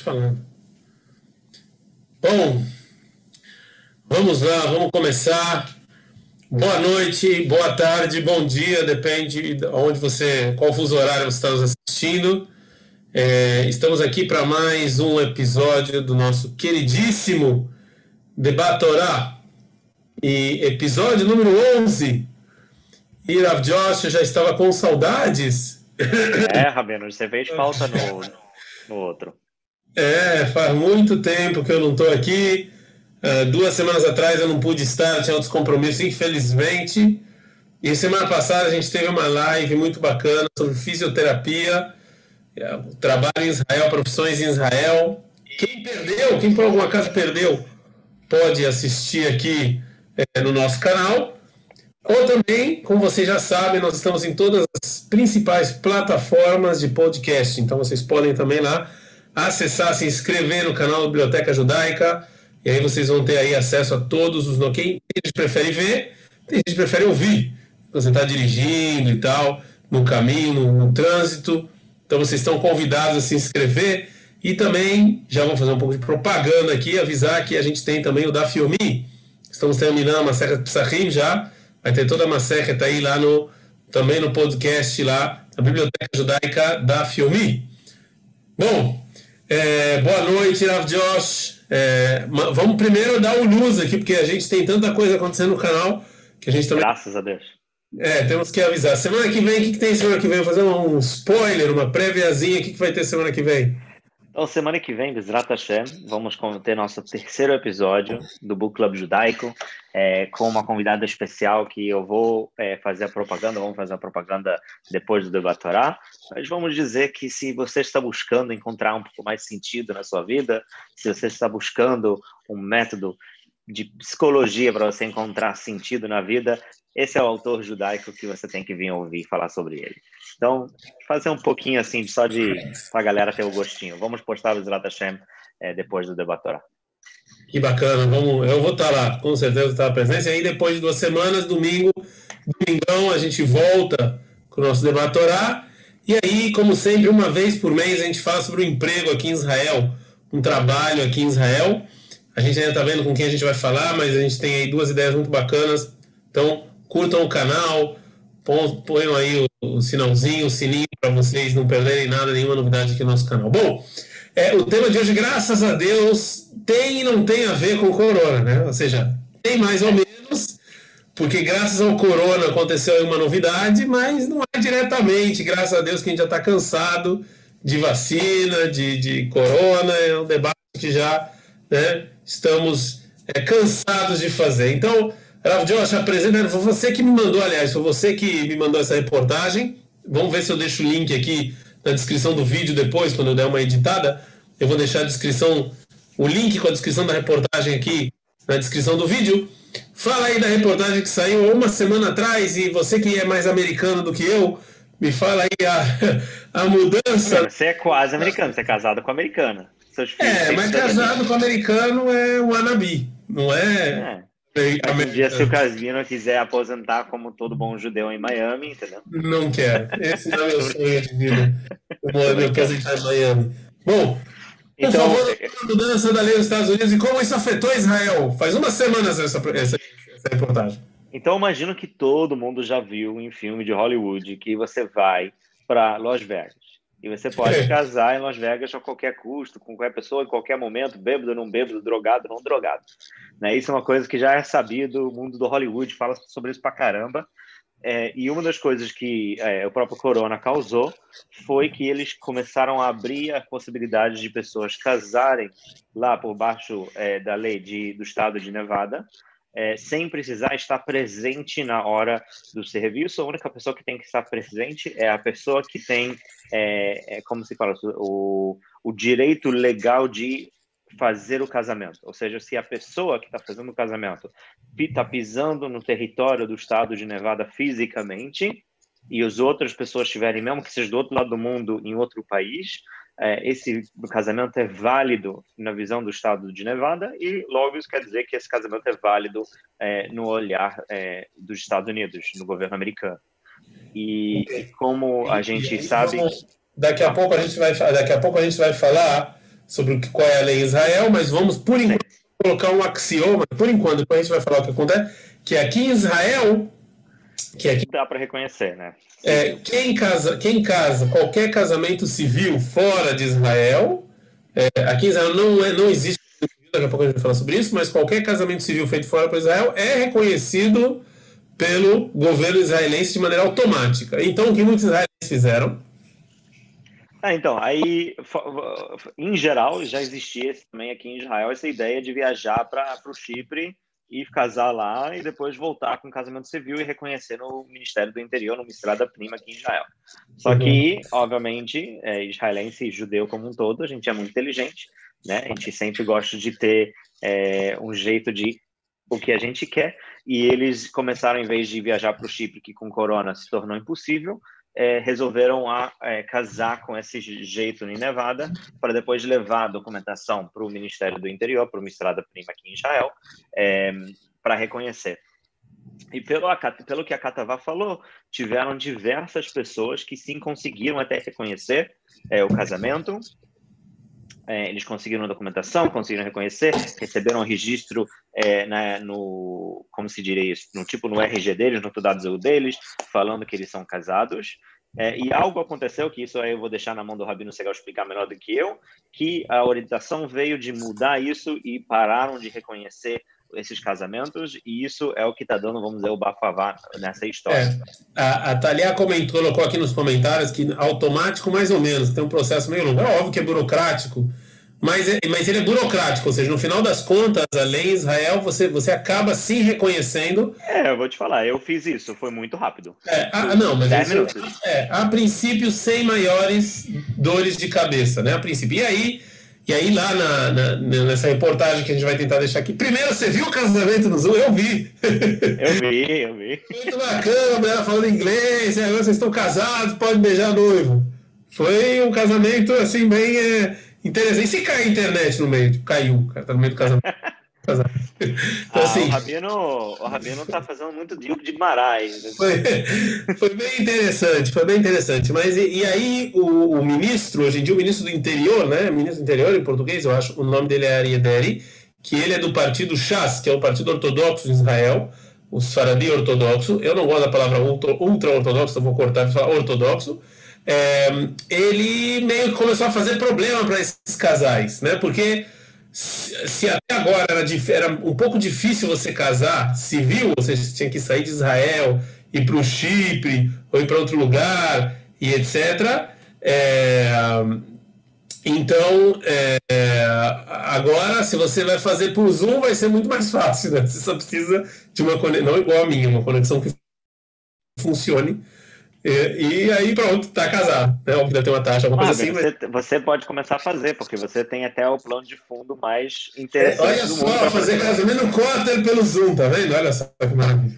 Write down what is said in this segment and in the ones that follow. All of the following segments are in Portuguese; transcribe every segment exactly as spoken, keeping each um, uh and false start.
falando. Bom, vamos lá, vamos começar. Boa noite, boa tarde, bom dia, depende de onde você, qual fuso horário você está nos assistindo. É, estamos aqui para mais um episódio do nosso queridíssimo Debatorá. E episódio número onze. E Rav Josh, eu já estava com saudades. É, Rabino, você fez falta no, no outro. É, faz muito tempo que eu não estou aqui. Uh, duas semanas atrás eu não pude estar, tinha outros compromissos, infelizmente. E semana passada a gente teve uma live muito bacana sobre fisioterapia, uh, trabalho em Israel, profissões em Israel. Quem perdeu, quem por algum acaso perdeu, pode assistir aqui é, no nosso canal. Ou também, como vocês já sabem, nós estamos em todas as principais plataformas de podcast. Então vocês podem também lá acessar, se inscrever no canal da Biblioteca Judaica. E aí vocês vão ter aí acesso a todos os... Quem prefere ver, tem gente que prefere ouvir. Você está dirigindo e tal, no caminho, no, no trânsito. Então vocês estão convidados a se inscrever. E também, já vou fazer um pouco de propaganda aqui, avisar que a gente tem também o da Filmi. Estamos terminando a Masechet Psachim já. Vai ter toda a Masechet aí lá no... Também no podcast lá, na Biblioteca Judaica da Filmi. Bom, é, boa noite, Rav Josh. É, vamos primeiro dar o news aqui, porque a gente tem tanta coisa acontecendo no canal que a gente também... Graças a Deus. É, temos que avisar. Semana que vem, o que, que tem semana que vem? Vou fazer um spoiler, uma préviazinha. O que, que vai ter semana que vem? Então, semana que vem, Bezrat Hashem, vamos ter nosso terceiro episódio do Book Club Judaico, é, com uma convidada especial que eu vou é, fazer a propaganda, vamos fazer a propaganda depois do Debatorá, mas vamos dizer que se você está buscando encontrar um pouco mais sentido na sua vida, se você está buscando um método de psicologia para você encontrar sentido na vida, esse é o autor judaico que você tem que vir ouvir falar sobre ele. Então, fazer um pouquinho assim, só de para a galera ter o gostinho. Vamos postar o Bezrat Hashem é, depois do Debatorá. Que bacana, vamos, eu vou estar lá, com certeza estar presente. E aí depois de duas semanas, domingo, domingão, a gente volta com o nosso Debatorá. E aí, como sempre, uma vez por mês, a gente fala sobre o emprego aqui em Israel, um trabalho aqui em Israel. A gente ainda está vendo com quem a gente vai falar, mas a gente tem aí duas ideias muito bacanas. Então, curtam o canal, ponham aí o, o sinalzinho, o sininho, para vocês não perderem nada, nenhuma novidade aqui no nosso canal. Bom, é, o tema de hoje, graças a Deus, tem e não tem a ver com o corona, né? Ou seja, tem mais ou menos, porque graças ao corona aconteceu aí uma novidade, mas não é diretamente, graças a Deus que a gente já está cansado de vacina, de, de corona, é um debate que já... Né, estamos é, cansados de fazer. Então, Rav Josh, apresenta, foi você que me mandou, aliás, foi você que me mandou essa reportagem. Vamos ver se eu deixo o link aqui na descrição do vídeo depois, quando eu der uma editada. Eu vou deixar a descrição, o link com a descrição da reportagem aqui na descrição do vídeo. Fala aí da reportagem que saiu uma semana atrás, e você que é mais americano do que eu, me fala aí a, a mudança. Você é quase americano, você é casado com americana. É, mas casado com americano é um anabi, não é? é. Um dia, se o Casvino quiser aposentar como todo bom judeu em Miami, entendeu? Não quero. Esse não é meu sonho de vida. Eu vou me aposentar em Miami. Bom, por então, favor, a mudança da lei dos Estados Unidos e como isso afetou Israel. Faz umas semanas essa, essa, essa reportagem. Então, imagino que todo mundo já viu em filme de Hollywood que você vai para Las Vegas. E você pode é. casar em Las Vegas a qualquer custo, com qualquer pessoa, em qualquer momento, bêbado, não bêbado, drogado, não drogado. Né? Isso é uma coisa que já é sabido, o mundo do Hollywood fala sobre isso pra caramba. É, e uma das coisas que é, o próprio Corona causou foi que eles começaram a abrir a possibilidade de pessoas casarem lá por baixo é, da lei de, do estado de Nevada, É, sem precisar estar presente na hora do serviço. A única pessoa que tem que estar presente é a pessoa que tem, é, é, como se fala, o, o direito legal de fazer o casamento. Ou seja, se a pessoa que está fazendo o casamento está pisando no território do estado de Nevada fisicamente e as outras pessoas estiverem, mesmo que seja do outro lado do mundo, em outro país, é, esse casamento é válido na visão do estado de Nevada e logo isso quer dizer que esse casamento é válido é, no olhar é, dos Estados Unidos, no governo americano. E, e como a gente e, sabe... Vamos, daqui, a pouco a gente vai, daqui a pouco a gente vai falar sobre o que, qual é a lei em Israel, mas vamos, por enquanto, colocar um axioma, por enquanto, depois a gente vai falar o que acontece, que aqui em Israel, que aqui dá para reconhecer, né? é, quem casa, quem casa, qualquer casamento civil fora de Israel, é, aqui em Israel não, é, não existe, daqui a pouco a gente vai falar sobre isso, mas qualquer casamento civil feito fora de Israel é reconhecido pelo governo israelense de maneira automática. Então, o que muitos israelenses fizeram? Ah, então, aí, em geral, já existia também aqui em Israel essa ideia de viajar para o Chipre e casar lá e depois voltar com casamento civil e reconhecer no Ministério do Interior, no Mistrada Prima aqui em Israel. Só uhum. que, obviamente, é, israelense e judeu como um todo, a gente é muito inteligente, né? A gente sempre gosta de ter é, um jeito de o que a gente quer, e eles começaram, em vez de viajar para o Chipre, que com corona se tornou impossível, é, resolveram a, é, casar com esse jeito em Nevada, para depois levar a documentação para o Ministério do Interior, para o Mistrada Prima aqui em Israel, é, para reconhecer. E pelo, pelo que a Katavá falou, tiveram diversas pessoas que sim conseguiram até reconhecer é, o casamento. É, eles conseguiram a documentação, conseguiram reconhecer, receberam o registro é, na, no, como se diria isso, no tipo no R G deles, no Todadzu deles, falando que eles são casados. É, e algo aconteceu, que isso aí eu vou deixar na mão do Rabino Segal explicar melhor do que eu, que a orientação veio de mudar isso e pararam de reconhecer esses casamentos, e isso é o que está dando, vamos dizer, o bafavá nessa história. É, a, a Thalia comentou, colocou aqui nos comentários que automático mais ou menos, tem um processo meio longo. É óbvio que é burocrático, mas, é, mas ele é burocrático, ou seja, no final das contas, a lei em Israel, você, você acaba se reconhecendo. É, eu vou te falar, eu fiz isso, foi muito rápido. É, a, não, mas dez minutos. É, a princípio, sem maiores dores de cabeça, né? A princípio. E aí, e aí lá na, na, nessa reportagem que a gente vai tentar deixar aqui, primeiro, você viu o casamento no Zoom? Eu vi. Eu vi, eu vi. Muito bacana, a mulher falando inglês, agora vocês estão casados, podem beijar noivo. Foi um casamento, assim, bem é, interessante. E se cair a internet no meio? Tipo, caiu, cara, tá no meio do casamento. Então, ah, assim, o Rabino, o Rabino tá fazendo muito digo de Marais. Foi, foi bem interessante, foi bem interessante. Mas e, e aí o, o ministro, hoje em dia o ministro do interior, né? Ministro do interior em português, eu acho, o nome dele é Ari Ederi, que ele é do partido Shas, que é o partido ortodoxo de Israel, o Sfaradi ortodoxo. Eu não gosto da palavra ultra-ortodoxo, então vou cortar e falar ortodoxo. É, ele meio que começou a fazer problema para esses casais, né? Porque se até agora era, era um pouco difícil você casar civil, ou seja, você tinha que sair de Israel, ir para o Chipre, ou ir para outro lugar, e etcétera. É, então, é, agora, se você vai fazer por Zoom, vai ser muito mais fácil, né? Você só precisa de uma conexão, não igual a minha, uma conexão que funcione. E, e aí pronto, tá casado, né? Óbvio que tem uma taxa, alguma ah, coisa assim. Você, mas... você pode começar a fazer, porque você tem até o plano de fundo mais interessante. É, olha do só, mundo fazer casamento no quarter pelo Zoom, tá vendo? Olha só que maravilha.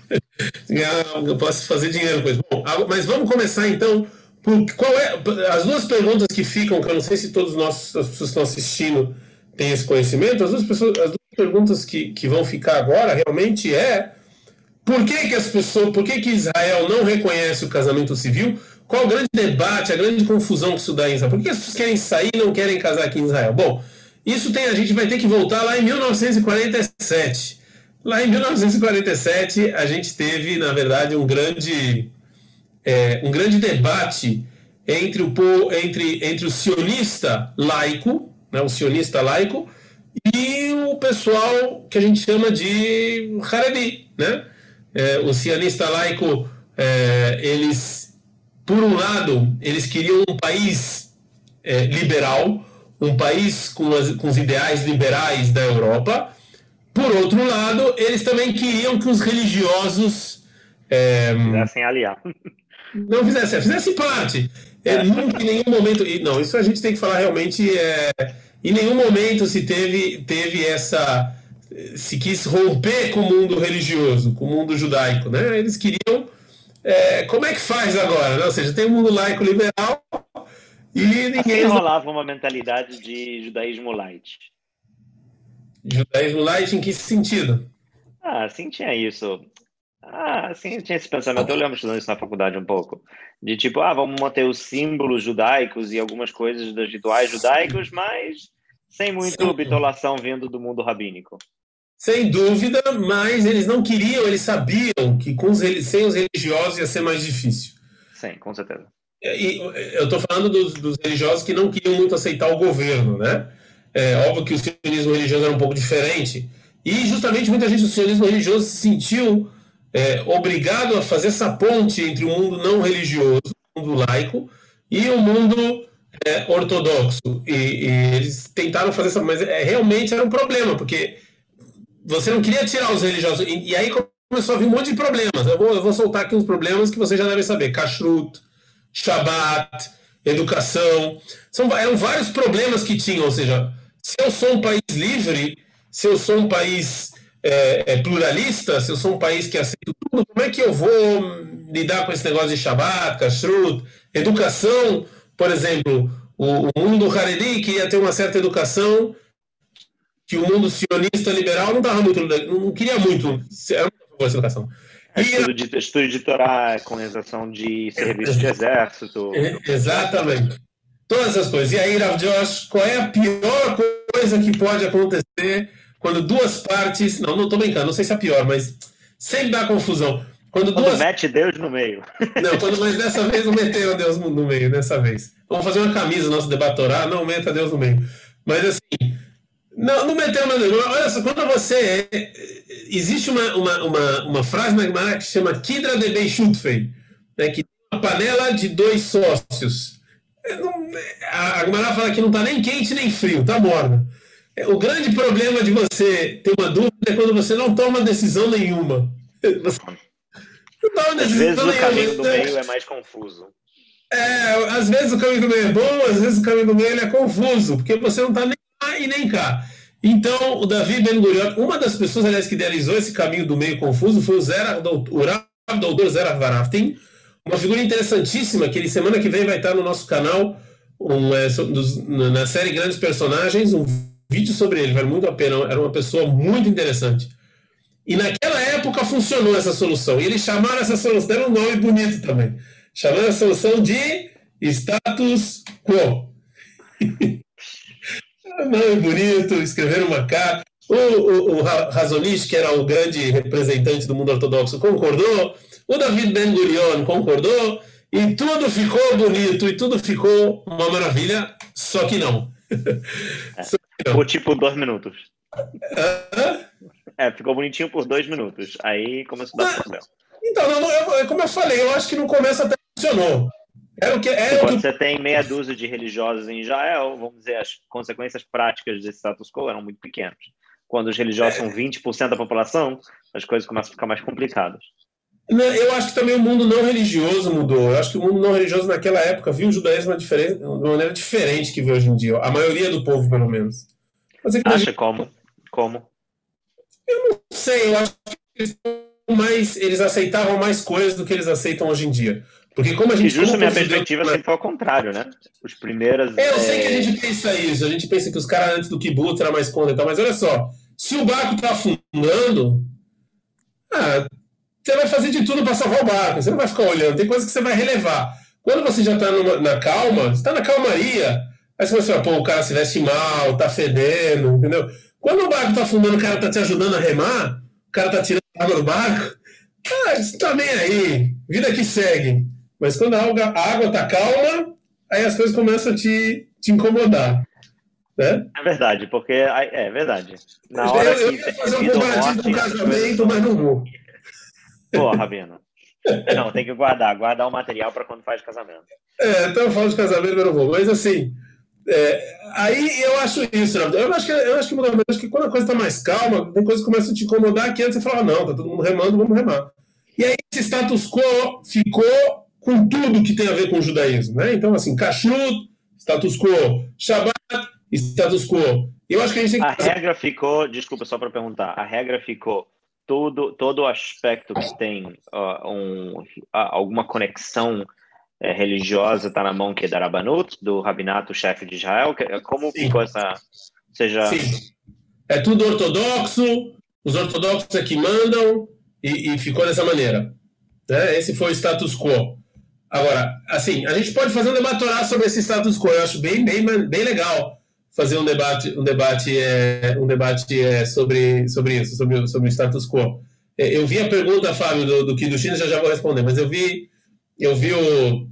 Eu posso fazer dinheiro com isso. Bom, mas vamos começar então. Por, qual é, as duas perguntas que ficam, que eu não sei se todos nós, as pessoas que estão assistindo têm esse conhecimento, as duas, pessoas, as duas perguntas que, que vão ficar agora realmente é por que, que as pessoas, por que, que Israel não reconhece o casamento civil? Qual o grande debate, a grande confusão que isso dá em Israel? Por que as pessoas querem sair e não querem casar aqui em Israel? Bom, isso tem, a gente vai ter que voltar lá em mil novecentos e quarenta e sete. Lá em mil novecentos e quarenta e sete, a gente teve, na verdade, um grande, é, um grande debate entre o, entre, entre o sionista laico, né, o sionista laico, e o pessoal que a gente chama de Haredi, né? É, o sionista laico, é, eles, por um lado, eles queriam um país é, liberal, um país com, as, com os ideais liberais da Europa. Por outro lado, eles também queriam que os religiosos é, fizessem aliar. Não fizessem, fizessem parte. É, nunca, em nenhum momento. Não, isso a gente tem que falar realmente. É, em nenhum momento se teve, teve essa. Se quis romper com o mundo religioso, com o mundo judaico, né? Eles queriam. É, como é que faz agora? Né? Ou seja, tem um mundo laico liberal e ninguém. Assim rolava uma mentalidade de judaísmo light. Judaísmo light em que sentido? Ah, sim, tinha isso. Ah, sim, tinha esse pensamento. Eu lembro estudando isso na faculdade um pouco. De tipo, ah, vamos manter os símbolos judaicos e algumas coisas dos rituais judaicos, mas Sem muita bitolação vindo do mundo rabínico. Sem dúvida, mas eles não queriam, eles sabiam que com os, sem os religiosos ia ser mais difícil. Sim, com certeza. E, eu estou falando dos, dos religiosos que não queriam muito aceitar o governo, né? É óbvio que o sionismo religioso era um pouco diferente, e justamente muita gente do sionismo religioso se sentiu é, obrigado a fazer essa ponte entre o mundo não religioso, o mundo laico, e o mundo é, ortodoxo. E, e eles tentaram fazer essa, mas é, realmente era um problema, porque você não queria tirar os religiosos, e, e aí começou a vir um monte de problemas. Eu vou, eu vou soltar aqui uns problemas que você já deve saber: kashrut, Shabbat, educação. São, eram vários problemas que tinham, ou seja, se eu sou um país livre, se eu sou um país é, é, pluralista, se eu sou um país que aceita tudo, como é que eu vou lidar com esse negócio de Shabbat, Kashrut, educação? Por exemplo, o, o mundo Haredi queria ter uma certa educação que o mundo sionista liberal não estava muito, não queria muito, era muito boa essa educação. É, estudo, de, estudo de Torá, com exceção de serviço de exército. Exatamente. Todas essas coisas. E aí, Rav Josh, qual é a pior coisa que pode acontecer quando duas partes... Não, não estou brincando, não sei se é a pior, mas sempre dá confusão. Quando, quando duas... mete Deus no meio. Não, quando, mas dessa vez não meteram Deus no meio, dessa vez. Vamos fazer uma camisa, nosso debatorá, não meta Deus no meio. Mas assim... Não, não meteram Deus no meio. Olha só, quando você... É, existe uma, uma, uma, uma frase na Gemara que se chama Kidra de Beishutfei, né, que tem uma panela de dois sócios. A Gemara fala que não está nem quente nem frio, está morna. O grande problema de você ter uma dúvida é quando você não toma decisão nenhuma. Você não toma decisão às vezes nenhuma, o caminho do meio é mais confuso. É, às vezes o caminho do meio é bom, às vezes o caminho do meio é confuso, porque você não está nem lá e nem cá. Então, o Davi Ben Gurion, uma das pessoas, aliás, que idealizou esse caminho do meio confuso foi o Zerah, o Rav doutor Zerah Varaftin, uma figura interessantíssima, que ele semana que vem vai estar no nosso canal, um, é, dos, na série Grandes Personagens, um vídeo sobre ele, vale muito a pena, era uma pessoa muito interessante. E naquela época funcionou essa solução, e eles chamaram essa solução, deram um nome bonito também, chamaram a solução de status quo. Nome bonito, escreveram uma carta. O, o, o Razonish, que era o grande representante do mundo ortodoxo, concordou. O David Ben Gurion concordou. E tudo ficou bonito, e tudo ficou uma maravilha, só que não. É, só que não. Por tipo dois minutos. Hã? É, ficou bonitinho por dois minutos. Aí começou a dar problema. Então, não, não, eu, como eu falei, eu acho que no começo até funcionou. Era o que, era quando o que... você tem meia dúzia de religiosos em Israel, vamos dizer, as consequências práticas desse status quo eram muito pequenas. Quando os religiosos é. são vinte por cento da população, as coisas começam a ficar mais complicadas. Eu acho que também o mundo não religioso mudou. Eu acho que o mundo não religioso naquela época viu o judaísmo de uma maneira diferente que vê hoje em dia. A maioria do povo, pelo menos. Acha gente... como? Como? Eu não sei. Eu acho que eles, mais, eles aceitavam mais coisas do que eles aceitam hoje em dia. Porque como a gente... E justo a minha perspectiva sempre foi ao contrário, né? Os primeiros... Eu é... sei que a gente pensa isso. A gente pensa que os caras antes do kibbutz eram mais contra e tal. Mas olha só. Se o barco está afundando... Ah... Você vai fazer de tudo para salvar o barco, você não vai ficar olhando, tem coisas que você vai relevar. Quando você já está na calma, você está na calmaria, aí você vai falar, pô, o cara se veste mal, tá fedendo, entendeu? Quando o barco está afundando, o cara está te ajudando a remar, o cara está tirando água do barco, ah, você tá nem aí, vida que segue. Mas quando a água, a água tá calma, aí as coisas começam a te, te incomodar. Né? É verdade, porque é verdade. Na hora eu, eu que ia fazer um comparativo do casamento, mas não vou. Pô, Rabino. Não, tem que guardar, guardar o material para quando faz casamento. É, então eu falo de casamento, mas não vou. Mas assim, é, aí eu acho isso, eu acho que eu acho que muda, mas acho que quando a coisa está mais calma, tem coisas que começam a te incomodar, que antes você fala, não, tá todo mundo remando, vamos remar. E aí esse status quo ficou com tudo que tem a ver com o judaísmo, né? Então, assim, kashrut, status quo, Shabbat, status quo. Eu acho que a gente tem que... A regra ficou, desculpa só para perguntar, a regra ficou Todo, todo aspecto que tem uh, um, uh, alguma conexão uh, religiosa está na mão que é da Rabanut, do Rabinato chefe de Israel. Como Sim. ficou essa... Seja... Sim. É tudo ortodoxo, os ortodoxos é que mandam e, e ficou dessa maneira. Né? Esse foi o status quo. Agora, assim, a gente pode fazer um debatorá sobre esse status quo, eu acho bem, bem, bem legal fazer um debate, um debate, é, um debate é, sobre, sobre isso, sobre, sobre o status quo. É, eu vi a pergunta, Fábio, do, do Kiddushin, já já vou responder, mas eu vi, eu vi o,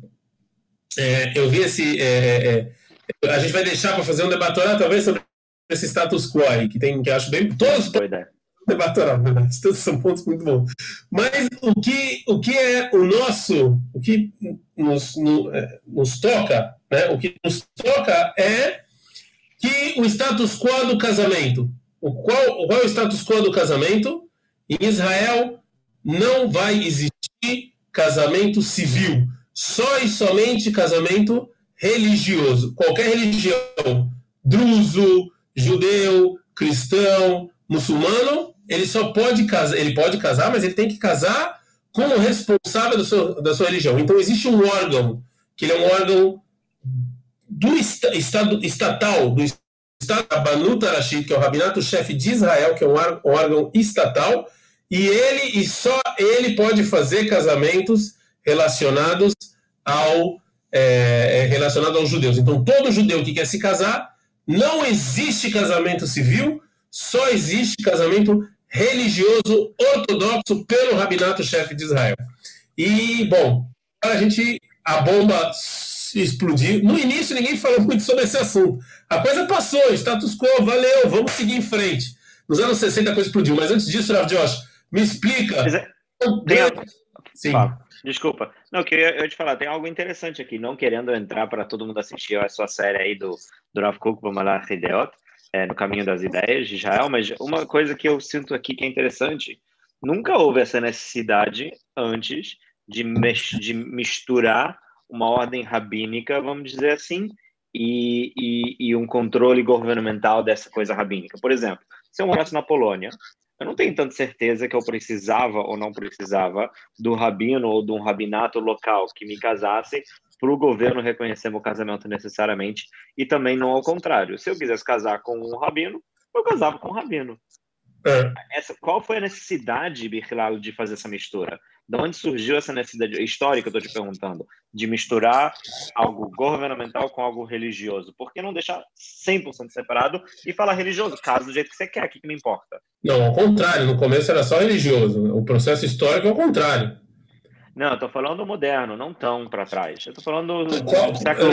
é, eu vi esse, é, é, a gente vai deixar para fazer um debatorado, talvez sobre esse status quo aí, que tem, que eu acho bem, todos debatorado, na verdade, todos são pontos muito bons. Mas o que, o que é o nosso, o que nos, no, nos toca, né? O que nos toca é que o status quo do casamento. O qual, qual é o status quo do casamento? Em Israel não vai existir casamento civil, só e somente casamento religioso. Qualquer religião, druso, judeu, cristão, muçulmano, ele só pode casar, ele pode casar, mas ele tem que casar com o responsável do seu, da sua religião. Então existe um órgão, que ele é um órgão do estado estatal, do estado Rabanut Harashit, que é o rabinato-chefe de Israel, que é um órgão estatal, e ele e só ele pode fazer casamentos relacionados ao é, relacionado aos judeus. Então todo judeu que quer se casar, não existe casamento civil, só existe casamento religioso ortodoxo pelo rabinato-chefe de Israel. E, bom, a gente, a bomba explodiu. No início ninguém falou muito sobre esse assunto. A coisa passou, status quo, valeu, vamos seguir em frente. Nos anos sessenta a coisa explodiu, mas antes disso, Rav Josh, me explica... É, tem a... Sim. Fala. Desculpa. Não, eu queria eu ia te falar, tem algo interessante aqui, não querendo entrar para todo mundo assistir a sua série aí do, do Rav Kook Bamalach Hideot, é, no caminho das ideias de Israel, mas uma coisa que eu sinto aqui que é interessante, nunca houve essa necessidade antes de, de misturar uma ordem rabínica, vamos dizer assim, e, e, e um controle governamental dessa coisa rabínica. Por exemplo, se eu morasse na Polônia, eu não tenho tanta certeza que eu precisava ou não precisava do rabino ou de um rabinato local que me casasse para o governo reconhecer meu casamento necessariamente, e também não ao contrário. Se eu quisesse casar com um rabino, eu casava com um rabino. É. Essa, qual foi a necessidade, Birlalo, de fazer essa mistura? De onde surgiu essa necessidade histórica, eu estou te perguntando, de misturar algo governamental com algo religioso? Por que não deixar cem por cento separado e falar religioso? Casa do jeito que você quer, o que, que me importa? Não, ao contrário, no começo era só religioso. O processo histórico é o contrário. Não, eu estou falando moderno, não tão para trás. Eu estou falando do, qual, do século...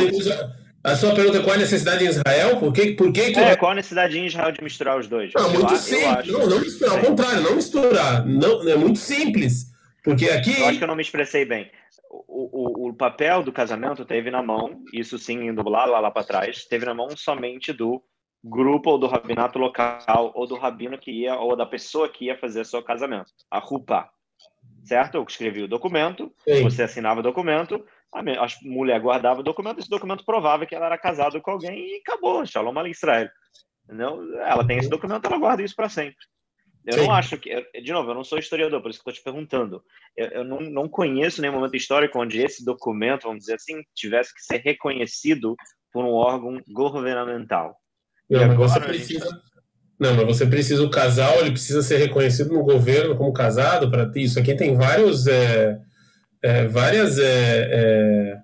A sua pergunta é qual a necessidade em Israel? Por que, por que, que é, o... qual a necessidade em Israel de misturar os dois? Não, eu muito simples. Não, não misturar, ao contrário, não misturar. Não, é muito simples. Porque aqui... Eu acho que eu não me expressei bem. O, o, o papel do casamento teve na mão, isso sim, indo lá, lá, lá para trás, teve na mão somente do grupo ou do rabinato local, ou do rabino que ia, ou da pessoa que ia fazer seu casamento. A Rupa. Certo? Eu escrevi o documento, Sim. Você assinava o documento, a mulher guardava o documento, esse documento provava que ela era casada com alguém e acabou. Shalom Aleichem Israel. Entendeu? Ela tem esse documento, ela guarda isso para sempre. Eu Sim. não acho que... De novo, eu não sou historiador, por isso que estou te perguntando. Eu, eu não, não conheço nenhum momento histórico onde esse documento, vamos dizer assim, tivesse que ser reconhecido por um órgão governamental. Não, e agora você precisa... Gente... Não, mas você precisa, o casal, ele precisa ser reconhecido no governo como casado para ter isso. Aqui tem vários, é, é, várias, é, é,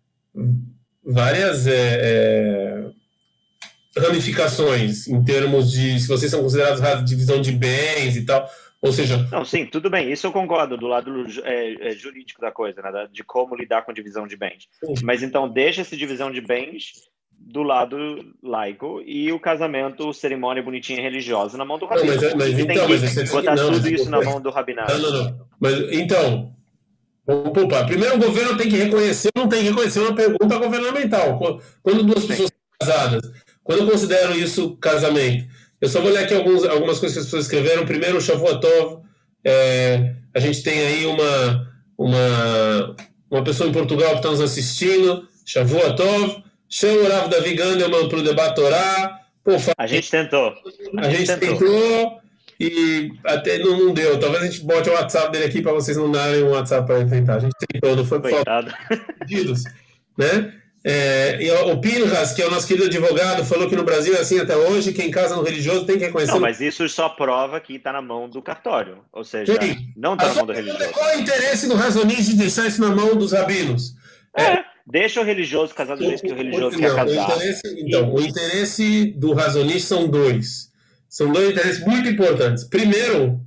várias é, é, ramificações em termos de se vocês são considerados divisão de bens e tal. Ou seja... Não, sim, tudo bem, isso eu concordo do lado é, é, jurídico da coisa, né, de como lidar com divisão de bens. Sim. Mas então deixa essa divisão de bens do lado laico e o casamento, cerimônia bonitinha religiosa na mão do rabino. Não, mas, mas, então, tem mas que você botar não, tudo mas, isso na mão do rabinato. Não, não, não. Mas, então, vamos poupar. Primeiro o governo tem que reconhecer, não tem que reconhecer uma pergunta governamental. Quando duas pessoas são casadas, quando eu considero isso casamento, eu só vou ler aqui alguns, algumas coisas que as pessoas escreveram. Primeiro, o Shavuot Tov, é, a gente tem aí uma, uma, uma pessoa em Portugal que está nos assistindo, Shavuot Tov. Chama o Rav Davi Gandelman para o Debatorá. A gente tentou. A, a gente, gente tentou. tentou e até não, não deu. Talvez a gente bote o WhatsApp dele aqui para vocês não darem um WhatsApp para enfrentar. A gente tentou, não foi por falta pedidos, né? É, e o Pinhas, que é o nosso querido advogado, falou que no Brasil é assim até hoje, quem casa no religioso tem que reconhecer... Não, mas isso só prova que está na mão do cartório. Ou seja, Sim. não está na mão do religioso. Qual é o interesse do Razonins de deixar isso na mão dos rabinos? É... é. Deixa o religioso casar do jeito que o religioso Não, quer o casar. interesse, então, o interesse do razonista são dois. São dois interesses muito importantes. Primeiro,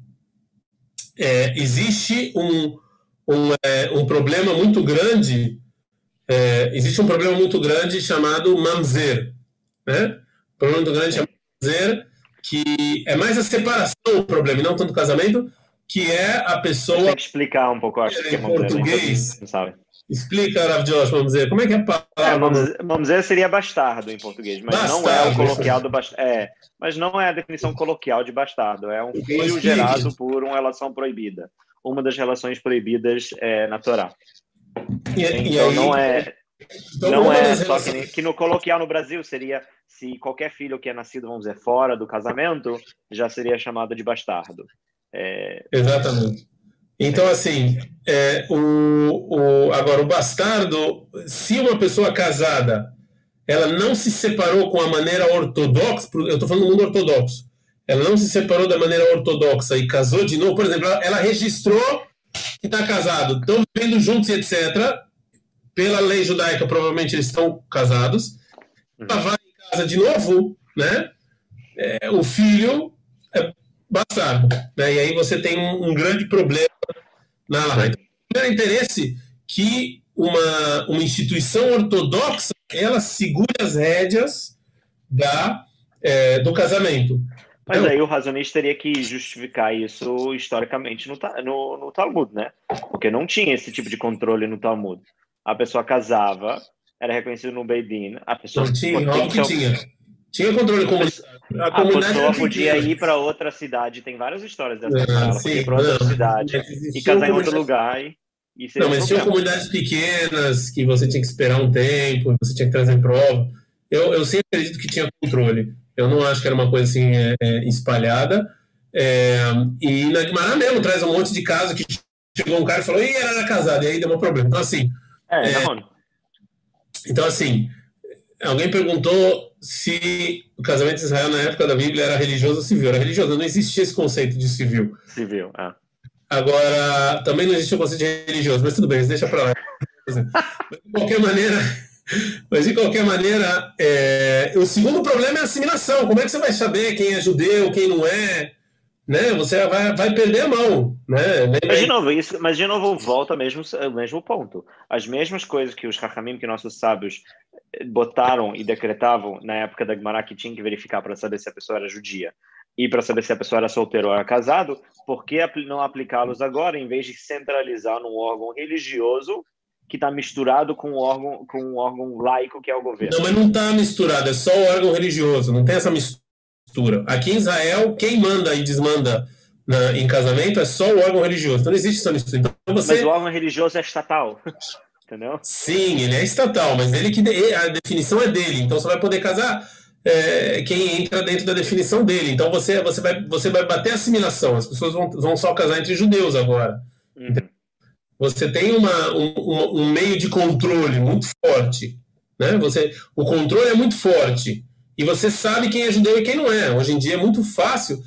é, existe um, um, é, um problema muito grande, é, existe um problema muito grande chamado mamzer, né? Um problema muito grande Sim. chamado mamzer, que é mais a separação o problema, e não tanto o casamento, que é a Mas pessoa tem que explicar um pouco, eu acho que é em mamzer, nem todo português. mundo sabe. Explica, Rav Josh, mamzer, como é que é a É, palavra mamzer, mamzer seria bastardo em português, mas não é o bastardo? coloquial do bastardo. É, mas não é a definição coloquial de bastardo. É um Então, filho explique. gerado por uma relação proibida. Uma das relações proibidas é na Torá. E, e Então aí, não é, então, não uma é das só que, relações... nem- que no coloquial no Brasil seria se qualquer filho que é nascido, vamos dizer, fora do casamento, já seria chamado de bastardo. É, Exatamente. Então, assim, é, o, o, agora, o bastardo, se uma pessoa casada, ela não se separou com a maneira ortodoxa, eu estou falando do mundo ortodoxo, ela não se separou da maneira ortodoxa e casou de novo, por exemplo, ela, ela registrou que está casado, estão vivendo juntos e etcétera. Pela lei judaica, provavelmente eles estão casados. Ela vai em casa de novo, né? É, o filho é bastardo, né? E aí você tem um, um grande problema na Alaha. Então, o primeiro interesse que uma, uma instituição ortodoxa ela segure as rédeas da, é, do casamento. Mas aí o razonista teria que justificar isso historicamente no, no, no Talmud, né? Porque não tinha esse tipo de controle no Talmud. A pessoa casava, era reconhecido no Beit Din, a pessoa... Não tinha, óbvio que tinha. Tinha controle comunitário. A, A comunidade pessoa era podia pequena. ir para outra cidade, tem várias histórias dessa. Ah, Ela sim, podia ir para outra não, cidade mas e existiam casar em outro comunidades- lugar e, e seria Não, um mas tinham problema. comunidades pequenas que você tinha que esperar um tempo, você tinha que trazer prova. Eu, eu sempre acredito que tinha controle. Eu não acho que era uma coisa assim é, é, espalhada. É, e na Guimarães mesmo traz um monte de casos que chegou um cara e falou, ih, ela era casada, e aí deu um problema. Então, assim, É, não. então, assim, alguém perguntou se o casamento de Israel na época da Bíblia era religioso ou civil. Era religioso, não existia esse conceito de civil. Civil, é. Agora, também não existe o conceito de religioso, mas tudo bem, deixa pra lá. Mas, de qualquer maneira, mas de qualquer maneira, é, o segundo problema é a assimilação. Como é que você vai saber quem é judeu, quem não é? Né? Você vai, vai perder a mão. Né? Mas de novo, isso, mas de novo volta mesmo ao mesmo ponto. As mesmas coisas que os Chachamim, que nossos sábios botaram e decretavam na época da Gemara, que tinha que verificar para saber se a pessoa era judia e para saber se a pessoa era solteira ou era casado, por que não aplicá-los agora, em vez de centralizar num órgão religioso que está misturado com um órgão, com um órgão laico que é o governo? Não, mas não está misturado, é só o órgão religioso, não tem essa mistura. Aqui em Israel, quem manda e desmanda na, em casamento é só o órgão religioso, então não existe essa mistura. Então, você... Mas o órgão religioso é estatal, entendeu? Sim, ele é estatal, mas ele que de... a definição é dele, então você vai poder casar é, quem entra dentro da definição dele. Então você, você, vai, você vai bater a assimilação, as pessoas vão, vão só casar entre judeus agora. Uhum. Você tem uma, um, um meio de controle muito forte, né? Você, o controle é muito forte e você sabe quem é judeu e quem não é. Hoje em dia é muito fácil.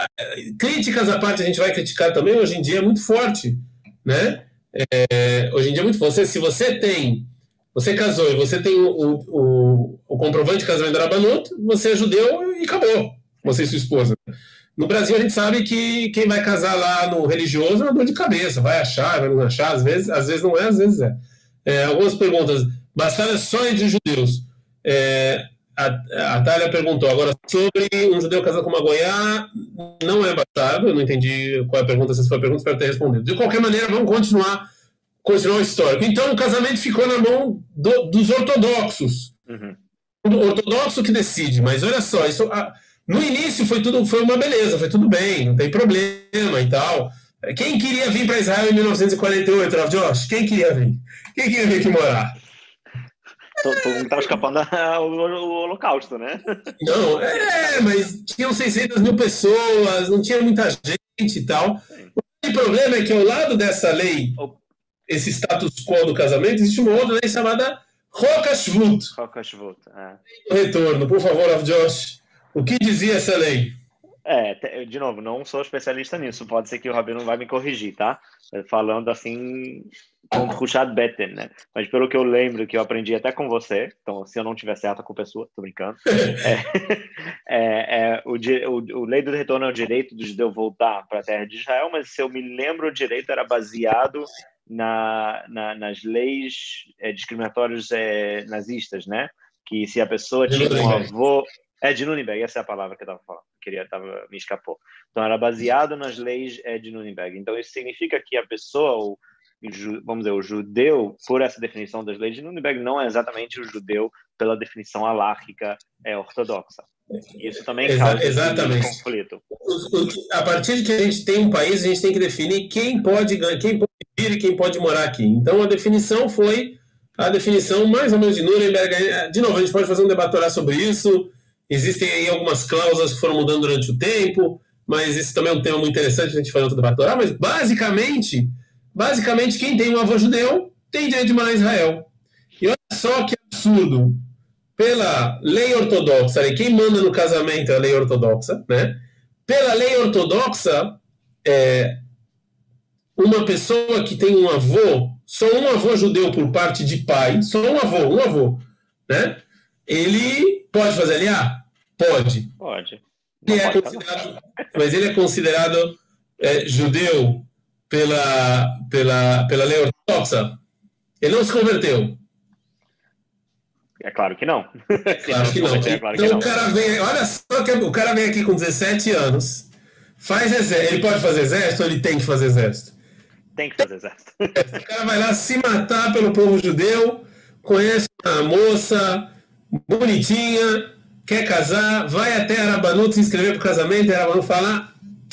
Críticas à parte, a gente vai criticar também, hoje em dia é muito forte, né? É, hoje em dia é muito forte. Se você tem, você casou e você tem o, o, o comprovante de casamento da Rabanut, você é judeu e acabou, você e sua esposa. No Brasil a gente sabe que quem vai casar lá no religioso é uma dor de cabeça, vai achar, vai não achar, às vezes, às vezes não é, às vezes é. é algumas perguntas, bastardo é só entre judeus. É, a, a Thalia perguntou agora sobre um judeu casado com uma goiá, não é bastardo, eu não entendi qual é a pergunta, se foi a pergunta, espero ter respondido. De qualquer maneira, vamos continuar, continuar o histórico. Então o casamento ficou na mão do, dos ortodoxos. Uhum. O ortodoxo que decide, mas olha só, isso... A, no início foi tudo, foi uma beleza, foi tudo bem, não tem problema e tal. Quem queria vir para Israel em mil novecentos e quarenta e oito, Rav Josh? Quem queria vir? Quem queria vir aqui morar? Todo mundo estava escapando ao holocausto, né? Não, é, mas tinham seiscentas mil pessoas, não tinha muita gente e tal. O problema é que ao lado dessa lei, esse status quo do casamento, existe uma outra lei chamada Rokashvut. Rokashvut, é. O retorno, por favor, Rav Josh. O que dizia essa lei? É, de novo, não sou especialista nisso. Pode ser que o Rabino vai me corrigir, tá? Falando assim, com puxado Betten, né? Mas pelo que eu lembro, que eu aprendi até com você, então se eu não tiver certo, a culpa é sua, tô brincando. É, é, é, o, o, o lei do retorno é o direito do judeu voltar para a terra de Israel, mas se eu me lembro, o direito era baseado na, na, nas leis é, discriminatórias é, nazistas, né? Que se a pessoa tinha um avô... É de Nuremberg, essa é a palavra que eu estava falando, queria, tava, me escapou. Então, era baseado nas leis é, de Nuremberg. Então, isso significa que a pessoa, o, vamos dizer, o judeu, por essa definição das leis de Nuremberg, não é exatamente o judeu pela definição alárquica é, ortodoxa. Isso também Exa causa exatamente. esse conflito. A partir de que a gente tem um país, a gente tem que definir quem pode, quem pode vir e quem pode morar aqui. Então, a definição foi a definição mais ou menos de Nuremberg. De novo, a gente pode fazer um debate sobre isso. Existem aí algumas cláusulas que foram mudando durante o tempo, mas isso também é um tema muito interessante, a gente fazer outro debate. Mas, basicamente, basicamente, quem tem um avô judeu tem direito de morar em Israel. E olha só que absurdo. Pela lei ortodoxa, e quem manda no casamento é a lei ortodoxa, né? Pela lei ortodoxa, é, uma pessoa que tem um avô, só um avô judeu por parte de pai, só um avô, um avô, né? Ele pode fazer L A? Pode. Pode. Ele é considerado, mas ele é considerado é, judeu pela, pela, pela lei ortodoxa? Ele não se converteu? É claro que não. É claro que não. É claro então que não. O cara vem, olha só que o cara vem aqui com dezessete anos, faz exército. Ele pode fazer exército ou ele tem que fazer exército? Tem que fazer exército. O cara vai lá se matar pelo povo judeu, conhece uma moça bonitinha, quer casar, vai até Arabanut se inscrever para o casamento, e Arabanut fala: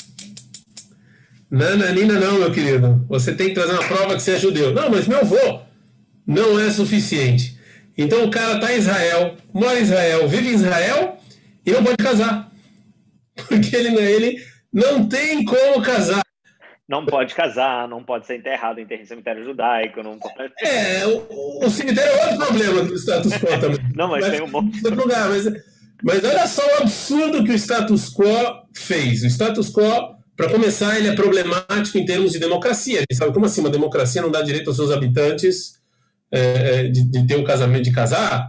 nananina não, meu querido, você tem que trazer uma prova que você é judeu. Não, mas meu avô não é suficiente. Então o cara está em Israel, mora em Israel, vive em Israel e não pode casar. Porque ele, ele não tem como casar. Não pode casar, não pode ser enterrado em cemitério judaico, não pode... É, o, o cemitério é outro problema do status quo também. Não, mas, mas tem um monte de lugar, mas, mas olha só o absurdo que o status quo fez. O status quo, para começar, ele é problemático em termos de democracia. A gente sabe como assim uma democracia não dá direito aos seus habitantes é, de, de ter um casamento, de casar?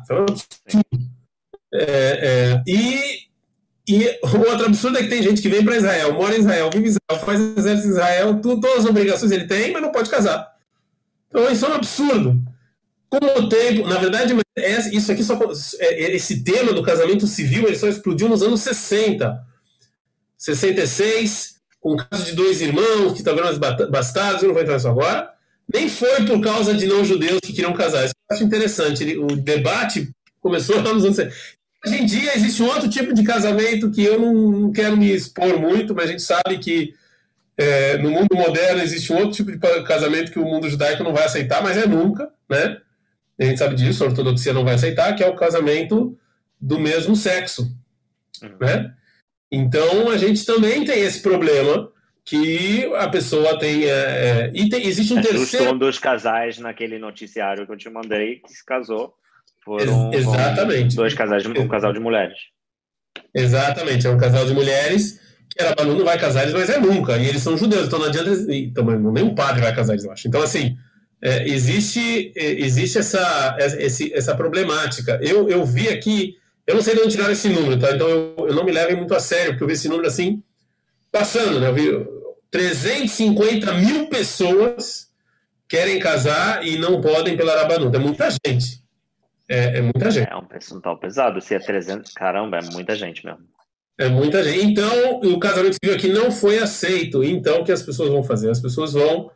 É, é, e, e o outro absurdo é que tem gente que vem para Israel, mora em Israel, vive em Israel, faz exército em Israel, tudo, todas as obrigações ele tem, mas não pode casar. Então isso é um absurdo. Com o tempo, na verdade, isso aqui só, esse tema do casamento civil ele só explodiu nos anos sessenta. sessenta e seis, com o caso de dois irmãos que estavam bastardos, eu não vou entrar nisso agora. Nem foi por causa de não-judeus que queriam casar. Isso eu acho interessante. Ele, o debate começou lá nos anos sessenta. Hoje em dia existe um outro tipo de casamento que eu não, não quero me expor muito, mas a gente sabe que é, no mundo moderno existe um outro tipo de casamento que o mundo judaico não vai aceitar, mas é nunca, né? A gente sabe disso, a ortodoxia não vai aceitar, que é o casamento do mesmo sexo, uhum. né? Então a gente também tem esse problema que a pessoa tem... É, é, e tem, existe um é terceiro... Um dos casais naquele noticiário que eu te mandei que se casou foram Ex exatamente. dois casais, um casal de mulheres. Exatamente, é um casal de mulheres que era não vai casar eles, mas é nunca. E eles são judeus, então não adianta... Então, nenhum padre vai casar eles, eu acho. Então, assim... É, existe existe essa, essa, essa problemática. Eu, eu vi aqui, eu não sei de onde tiraram esse número, tá? Então eu, eu não me levem muito a sério, porque eu vi esse número assim, passando, né? Eu vi trezentos e cinquenta mil pessoas querem casar e não podem pela Arabanut. É muita gente. É, é muita gente. É um percentual pesado. Se é trezentos, caramba, é muita gente mesmo. É muita gente. Então, o casamento civil aqui não foi aceito. Então, o que as pessoas vão fazer? As pessoas vão...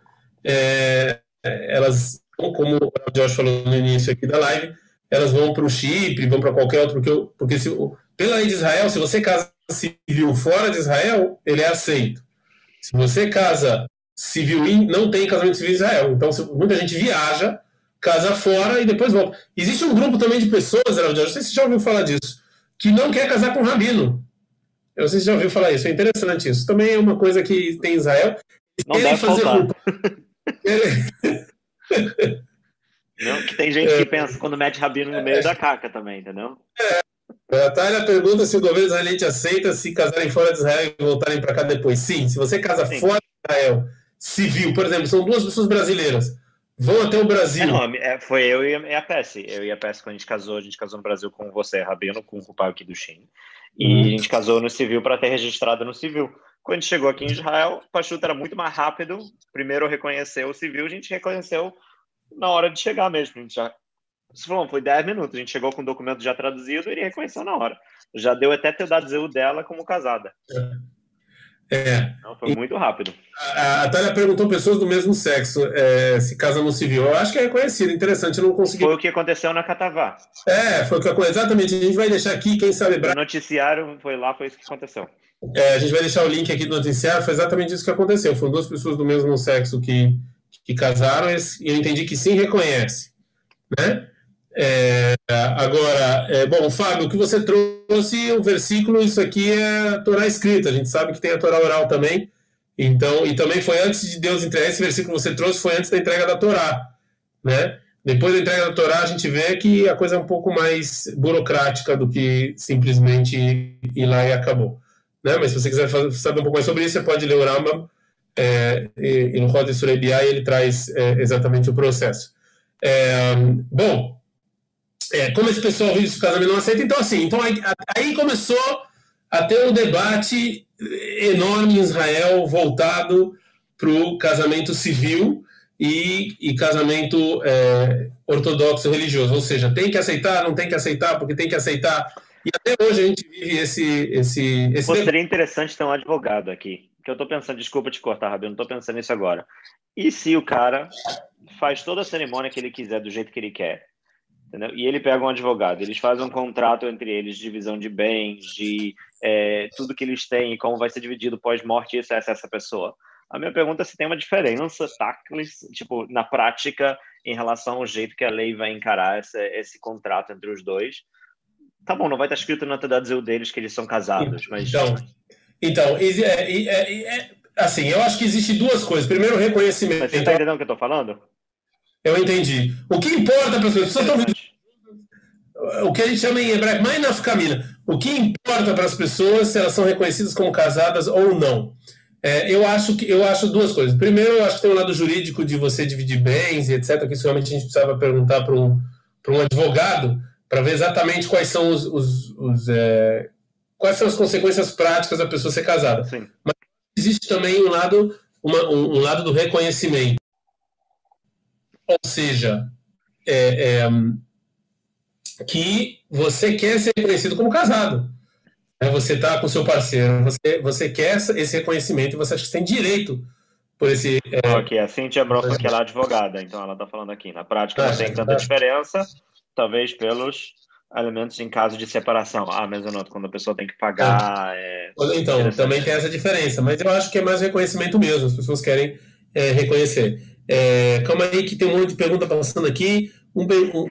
É, elas, como o Jorge falou no início aqui da live, elas vão para o Chipre, vão para qualquer outro, porque, eu, porque se, pela lei de Israel, se você casa civil fora de Israel, ele é aceito. Se você casa civil, não tem casamento civil em Israel. Então, se, muita gente viaja, casa fora e depois volta. Existe um grupo também de pessoas, Jorge, não sei se você já ouviu falar disso, que não quer casar com rabino. Eu não sei se você já ouviu falar isso, é interessante isso. Também é uma coisa que tem em Israel. Não deve fazer culpa. Não, que tem gente é. que pensa quando mete rabino no meio é. da caca também, entendeu? É. A Natália pergunta se o governo israelense aceita se casarem fora de Israel e voltarem para cá depois. Sim, se você casa Sim. fora de Israel, civil, por exemplo, são duas pessoas brasileiras, vão até o É, Brasil. não, é, foi eu e a, e a Pesce. Eu e a Pesce, quando a gente casou, a gente casou no Brasil com você, Rabino, com o pai aqui do Shin. E Uhum. a gente casou no civil para ter registrado no civil. Quando a gente chegou aqui em Israel, o Pachuta era muito mais rápido. Primeiro reconheceu o civil, a gente reconheceu na hora de chegar mesmo. A gente já, você falou, foi dez minutos. A gente chegou com o documento já traduzido e ele reconheceu na hora. Já deu até ter dado o dela como casada. É. Então, foi muito rápido. A, a Thalia perguntou pessoas do mesmo sexo é, se casam no civil. Eu acho que é reconhecido, interessante, eu não consegui. Foi o que aconteceu na Catavá. É, foi o que aconteceu. Exatamente, a gente vai deixar aqui, quem sabe. O noticiário foi lá, foi isso que aconteceu. É, a gente vai deixar o link aqui do noticiário, foi exatamente isso que aconteceu. Foram duas pessoas do mesmo sexo que, que casaram e eu entendi que sim reconhece. Né? É, agora, é, bom, Fábio, o que você trouxe, o versículo, isso aqui é a Torá escrita, a gente sabe que tem a Torá oral também, então, e também foi antes de Deus entregar, esse versículo que você trouxe foi antes da entrega da Torá, né? Depois da entrega da Torá, a gente vê que a coisa é um pouco mais burocrática do que simplesmente ir lá e acabou. Né? Mas se você quiser fazer, saber um pouco mais sobre isso, você pode ler o Rambam, é, e, e no Roda Surei Biyah ele traz é, exatamente o processo. É, bom, é, como esse pessoal vive o casamento não aceita, então assim, então aí, aí começou a ter um debate enorme em Israel voltado para o casamento civil e, e casamento é, ortodoxo religioso, ou seja, tem que aceitar, não tem que aceitar, porque tem que aceitar, e até hoje a gente vive esse... esse, esse Pô, seria interessante ter um advogado aqui, que eu estou pensando, desculpa te cortar, Rabino, não estou pensando nisso agora. E se o cara faz toda a cerimônia que ele quiser, do jeito que ele quer, entendeu? E ele pega um advogado, eles fazem um contrato entre eles de divisão de bens, de é, tudo que eles têm e como vai ser dividido pós-morte, isso, essa, essa pessoa. A minha pergunta é se tem uma diferença, taclis, tipo, na prática, em relação ao jeito que a lei vai encarar esse, esse contrato entre os dois. Tá bom, não vai estar escrito na Tadatzeu deles que eles são casados, mas... Então, então é, é, é, é, assim, eu acho que existe duas coisas. Primeiro, o reconhecimento. Mas você está entendendo o que eu estou falando? Eu entendi. O que importa para as pessoas estão vivendo o que a gente chama em hebraico, mais nafkamina. O que importa para as pessoas se elas são reconhecidas como casadas ou não? É, eu acho que eu acho duas coisas. Primeiro, eu acho que tem um lado jurídico de você dividir bens e etcétera, que isso realmente a gente precisava perguntar para um, para um advogado para ver exatamente quais são os, os, os é, quais são as consequências práticas da pessoa ser casada. Sim. Mas existe também um lado, uma, um, um lado do reconhecimento. Ou seja, é, é, que você quer ser reconhecido como casado. Você está com seu parceiro, você, você quer esse reconhecimento e você acha que tem direito por esse... É... Ok, a Cíntia Brofa, que ela é advogada, então ela está falando aqui. Na prática, ah, não tem tanta diferença, talvez pelos elementos em caso de separação. Ah, mas eu noto quando a pessoa tem que pagar... É... Então, também tem essa diferença, mas eu acho que é mais reconhecimento mesmo, as pessoas querem é, reconhecer. É, calma aí que tem um monte de pergunta passando aqui. Um, um,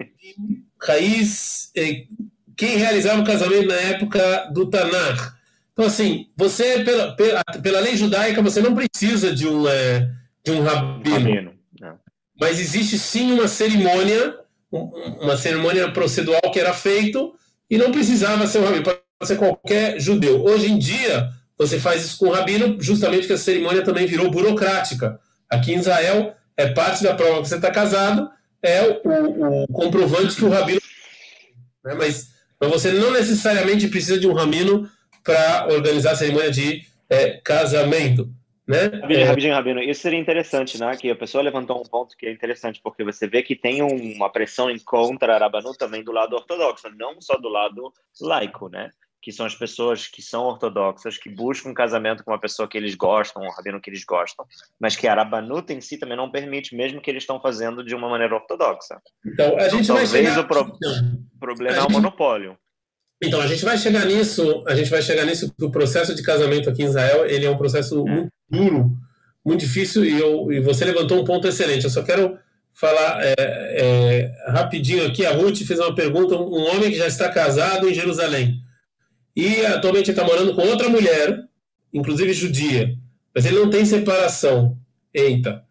Raiz... É, quem realizava o casamento na época do Tanar? Então, assim, você, pela, pela, pela lei judaica, você não precisa de um, é, de um rabino. rabino. Mas existe sim uma cerimônia, uma cerimônia procedural que era feito e não precisava ser um rabino, pode ser qualquer judeu. Hoje em dia, você faz isso com o rabino justamente porque a cerimônia também virou burocrática. Aqui em Israel, é parte da prova que você está casado, é o, o comprovante que o rabino... Né, mas... Mas você não necessariamente precisa de um rabino para organizar a cerimônia de é, casamento. Né? Rapidinho, é... rapidinho, Rabino. Isso seria interessante, né? Que a pessoa levantou um ponto que é interessante, porque você vê que tem uma pressão em contra a Rabanu também do lado ortodoxo, não só do lado laico, né? Que são as pessoas que são ortodoxas, que buscam um casamento com uma pessoa que eles gostam, um rabino que eles gostam, mas que a Rabanuta em si também não permite, mesmo que eles estão fazendo de uma maneira ortodoxa. Então, a gente então, vai talvez chegar... o pro... problema a é o gente... monopólio. Então, a gente vai chegar nisso, a gente vai chegar nisso, porque o processo de casamento aqui em Israel, ele é um processo é. muito duro, muito difícil, e, eu, e você levantou um ponto excelente. Eu só quero falar é, é, rapidinho aqui, a Ruth fez uma pergunta, um homem que já está casado em Jerusalém, e atualmente está morando com outra mulher, inclusive judia, mas ele não tem separação. Eita.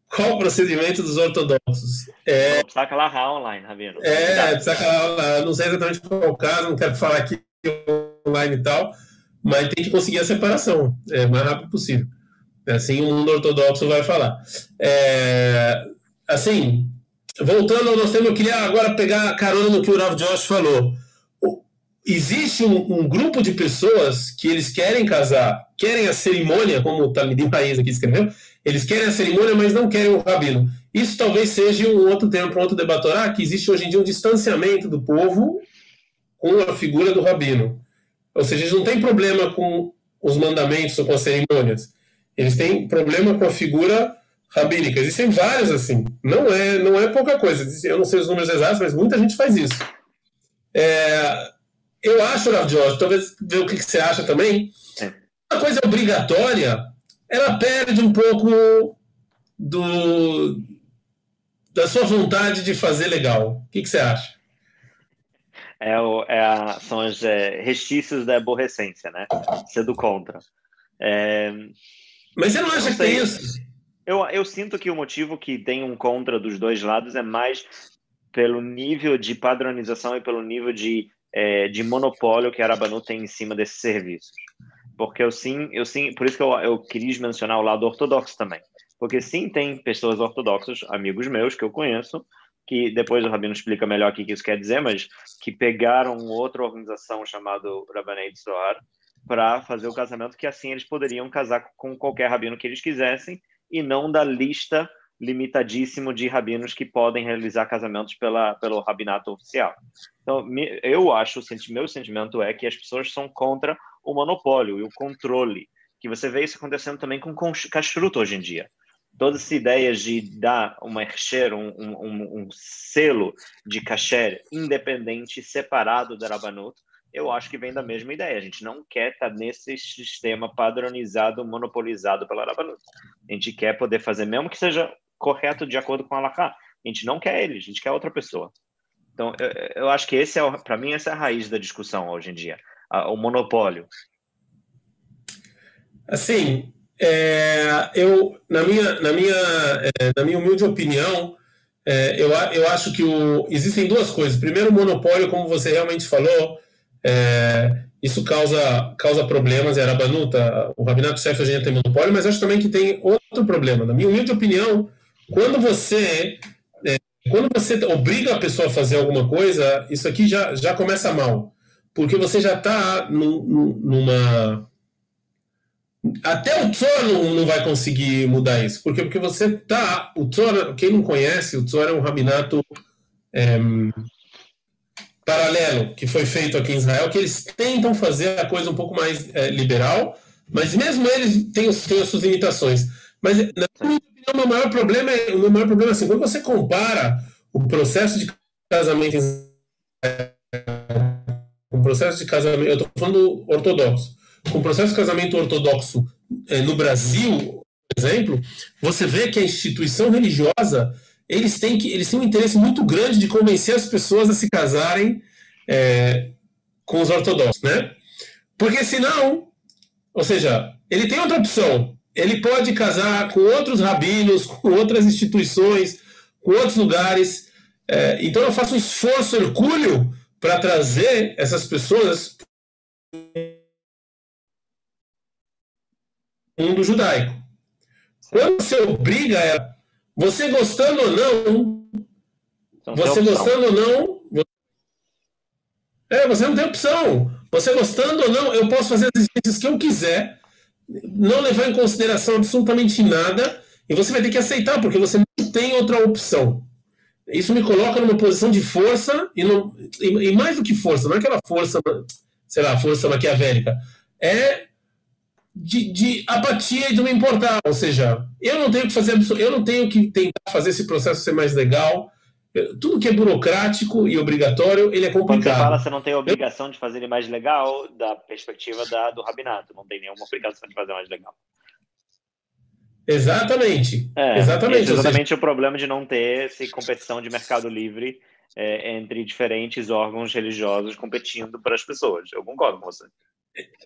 qual o procedimento dos ortodoxos? É, vou precisar calar online, Rabino. É, precisa calar, não sei exatamente qual é o caso, não quero falar aqui online e tal, mas tem que conseguir a separação, é, o mais rápido possível. Assim o mundo ortodoxo vai falar. É, assim, voltando ao nosso tema, eu queria agora pegar carona no que o Rav Josh falou. Existe um, um grupo de pessoas que eles querem casar, querem a cerimônia, como o Talmidim País aqui escreveu, eles querem a cerimônia, mas não querem o rabino. Isso talvez seja um outro tema para um outro debatorá, que existe hoje em dia um distanciamento do povo com a figura do rabino. Ou seja, eles não têm problema com os mandamentos ou com as cerimônias. Eles têm problema com a figura rabínica. Existem vários assim. Não é, não é pouca coisa. Eu não sei os números exatos, mas muita gente faz isso. É, eu acho, Rav Josh, talvez ver o que você acha também. Uma coisa obrigatória, ela perde um pouco do, da sua vontade de fazer legal. O que, que você acha? É, o, é a, são os é, restícios da aborrecência, né? Sendo contra. É, Mas você não acha que tem isso? Eu, eu sinto que o motivo que tem um contra dos dois lados é mais pelo nível de padronização e pelo nível de, é, de monopólio que a Rabbanut tem em cima desses serviços. Porque eu sim, eu sim, por isso que eu, eu quis mencionar o lado ortodoxo também. Porque sim, tem pessoas ortodoxas, amigos meus que eu conheço, que depois o Rabino explica melhor o que isso quer dizer, mas que pegaram outra organização chamada Rabbanei Tzohar para fazer o casamento, que assim eles poderiam casar com qualquer rabino que eles quisessem e não da lista limitadíssimo de rabinos que podem realizar casamentos pela, pelo rabinato oficial. Então, eu acho, meu sentimento é que as pessoas são contra o monopólio e o controle, que você vê isso acontecendo também com kashrut hoje em dia. Todas essas ideias de dar uma kasher, um, um, um selo de kasher independente, separado da Rabbanut, eu acho que vem da mesma ideia. A gente não quer estar nesse sistema padronizado, monopolizado pela Rabbanut. A gente quer poder fazer, mesmo que seja correto de acordo com a Halakha. A gente não quer ele, a gente quer outra pessoa. Então, eu, eu acho que esse é, para mim, essa é a raiz da discussão hoje em dia, a, o monopólio. Assim, é, eu, na minha, na minha, é, na minha humilde opinião, é, eu, eu acho que o, existem duas coisas. Primeiro, o monopólio, como você realmente falou, é, isso causa, causa problemas. E a Rabbanuta, o Rabinato Sefer hoje em dia tem monopólio, mas acho também que tem outro problema. Na minha humilde opinião, quando você, é, quando você obriga a pessoa a fazer alguma coisa, isso aqui já, já começa mal. Porque você já está numa... Até o Tzor não, não vai conseguir mudar isso. Por quê? Porque você tá. O Tzor, quem não conhece, o Tzor é um rabinato é, paralelo que foi feito aqui em Israel, que eles tentam fazer a coisa um pouco mais é, liberal, mas mesmo eles têm, têm as suas limitações. Mas, na minha opinião, o meu maior problema é, o meu maior problema é assim: quando você compara o processo de casamento em Israel, o processo de casamento, eu estou falando ortodoxo, com o processo de casamento ortodoxo eh, no Brasil, por exemplo, você vê que a instituição religiosa eles têm, que, eles têm um interesse muito grande de convencer as pessoas a se casarem eh, com os ortodoxos, né? Porque senão, ou seja, ele tem outra opção. Ele pode casar com outros rabinos, com outras instituições, com outros lugares. Eh, então eu faço um esforço hercúleo para trazer essas pessoas mundo judaico. Quando você obriga ela, você gostando ou não, não você gostando ou não, é, você não tem opção. Você gostando ou não, eu posso fazer as exigências que eu quiser, não levar em consideração absolutamente nada, e você vai ter que aceitar, porque você não tem outra opção. Isso me coloca numa posição de força, e, não, e, e mais do que força, não é aquela força, sei lá, força maquiavélica, é De, de apatia e de não importar, ou seja, eu não tenho que fazer, eu não tenho que tentar fazer esse processo ser mais legal. Tudo que é burocrático e obrigatório, ele é complicado. Quando você fala, você não tem a obrigação de fazer ele mais legal da perspectiva da, do rabinato, não tem nenhuma obrigação de fazer mais legal. Exatamente. É, exatamente. Esse é exatamente seja... o problema de não ter essa competição de mercado livre é, entre diferentes órgãos religiosos competindo para as pessoas. Eu concordo com você.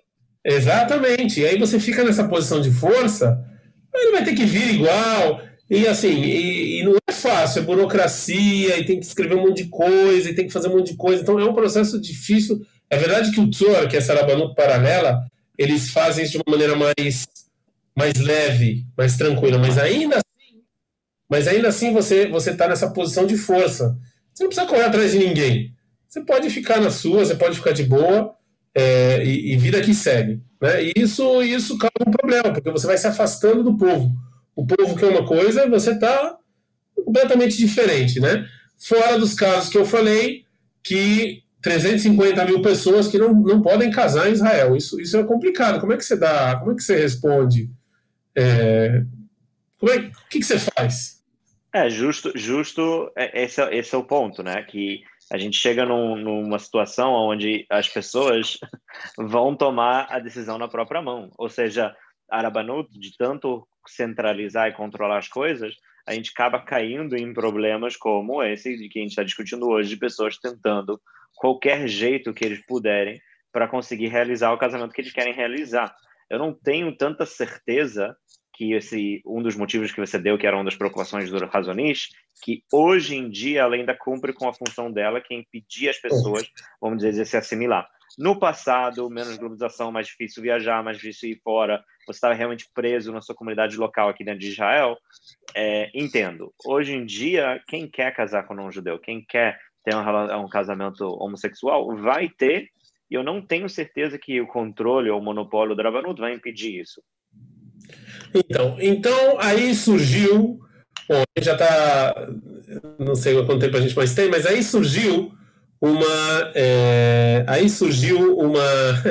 Exatamente. E aí você fica nessa posição de força, ele vai ter que vir igual. E assim, e, e não é fácil, é burocracia, e tem que escrever um monte de coisa, e tem que fazer um monte de coisa, então é um processo difícil. É verdade que o Tzor, que é essa Rabanut paralela, eles fazem isso de uma maneira mais, mais leve, mais tranquila, mas ainda, mas ainda assim você você está nessa posição de força. Você não precisa correr atrás de ninguém. Você pode ficar na sua, você pode ficar de boa, é, e, e vida que segue. Né? E isso, isso causa um problema, porque você vai se afastando do povo. O povo quer uma coisa, você está completamente diferente, né? Fora dos casos que eu falei, que trezentos e cinquenta mil pessoas que não, não podem casar em Israel. Isso, isso é complicado. Como é que você dá? Como é que você responde? É, como é, o que, que você faz? É, justo, justo, é- esse, é- esse é o ponto, né? Que a gente chega num- numa situação onde as pessoas vão tomar a decisão na própria mão. Ou seja, a Rabanut, de tanto centralizar e controlar as coisas, a gente acaba caindo em problemas como esse de que a gente está discutindo hoje, de pessoas tentando qualquer jeito que eles puderem para conseguir realizar o casamento que eles querem realizar. Eu não tenho tanta certeza que esse um dos motivos que você deu, que era uma das preocupações do Razonish, que hoje em dia ela ainda cumpre com a função dela, que é impedir as pessoas, vamos dizer, de se assimilar. No passado, menos globalização, mais difícil viajar, mais difícil ir fora, você estava realmente preso na sua comunidade local aqui dentro de Israel, é, entendo. Hoje em dia, quem quer casar com um não-judeu, quem quer ter um, um casamento homossexual, vai ter, e eu não tenho certeza que o controle ou o monopólio do Rabanut vai impedir isso. Então, então aí surgiu, bom, já está, não sei quanto tempo a gente mais tem, mas aí surgiu uma, é, aí surgiu uma,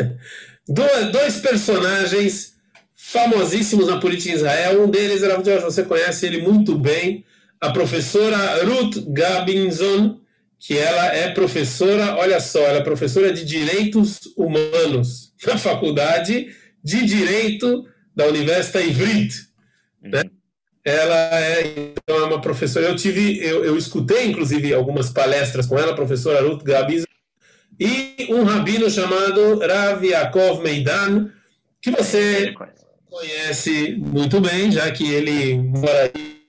dois personagens famosíssimos na política em Israel. Um deles era, você conhece ele muito bem, a professora Ruth Gabinson, que ela é professora, olha só, ela é professora de Direitos Humanos na Faculdade de Direito da Universidade Ivrit, né? Ela é, então, é uma professora. Eu tive, eu, eu escutei inclusive algumas palestras com ela, a professora Ruth Gabiz, e um rabino chamado Rav Yaakov Meidan, que você conhece muito bem, já que ele mora aí.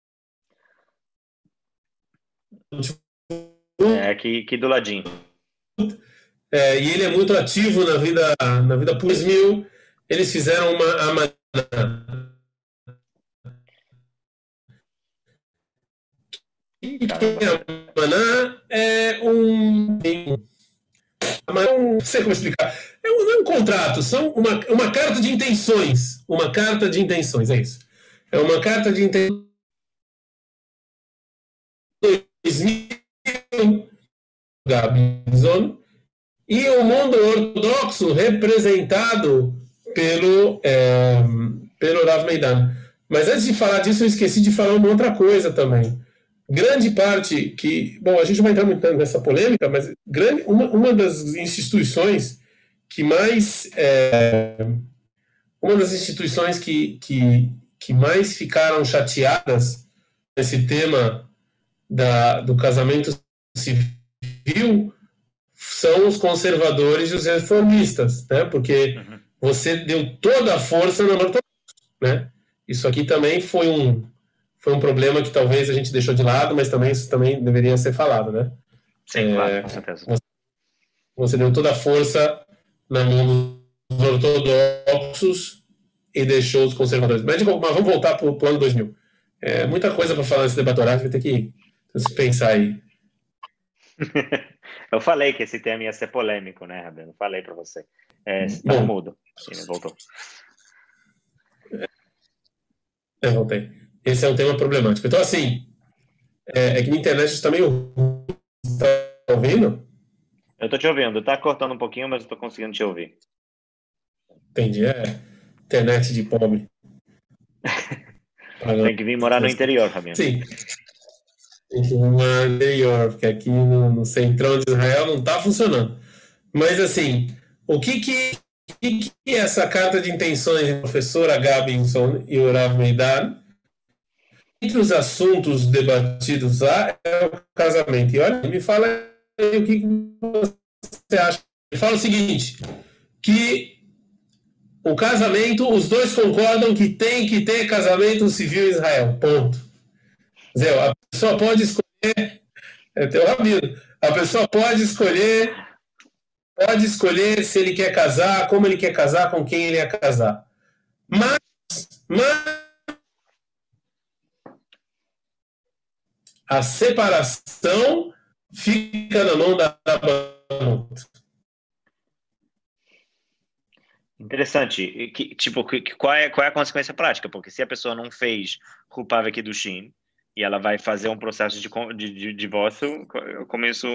É aqui, aqui do ladinho. É, e ele é muito ativo na vida, na vida por mil. Eles fizeram uma Amaná. A Amaná é um, um. Não sei como explicar. É um, não é um contrato, são uma, uma carta de intenções. Uma carta de intenções, é isso. É uma carta de intenções. dois mil, Gabson, e o mundo ortodoxo representado pelo, é, pelo Rav Meidan. Mas antes de falar disso, eu esqueci de falar uma outra coisa também. Grande parte que... Bom, a gente não vai entrar muito nessa polêmica, mas grande, uma, uma das instituições que mais... É, uma das instituições que, que, que mais ficaram chateadas nesse tema da, do casamento civil são os conservadores e os reformistas, né? Porque uhum. você deu toda a força na ortodoxa, né? Isso aqui também foi um foi um problema que talvez a gente deixou de lado, mas também isso também deveria ser falado, né? Sim, é, claro, com certeza. Você, você deu toda a força na mão dos ortodoxos e deixou os conservadores. Mas, mas vamos voltar para o ano dois mil. É, muita coisa para falar nesse debatorado, vai ter que pensar aí. Eu falei que esse tema ia ser polêmico, né, Rabino? Falei para você. É, você estava mudo. Sim, voltou. É, voltei. Esse é um tema problemático. Então, assim, é, é que na internet está meio... Está ouvindo? Eu estou te ouvindo. Está cortando um pouquinho, mas eu estou conseguindo te ouvir. Entendi. É internet de pobre. Tem que vir morar no interior, Rabino. Sim. Tem que vir morar no interior, porque aqui no, no centrão de Israel não está funcionando. Mas, assim, o que que, que, que essa carta de intenções da professora Gabinson e o Rav Meidan, entre os assuntos debatidos lá, é o casamento. E olha, me fala aí o que, que você acha. Me fala o seguinte, que o casamento, os dois concordam que tem que ter casamento civil em Israel, ponto. Zé, a pessoa pode escolher, é teu rabino, a pessoa pode escolher, pode escolher se ele quer casar, como ele quer casar, com quem ele quer casar. Mas, mas a separação fica na mão da Rabanut. Interessante. Que, tipo, que, qual, é, qual é a consequência prática? Porque se a pessoa não fez Rupav aqui do Shin e ela vai fazer um processo de, de, de divórcio, como isso...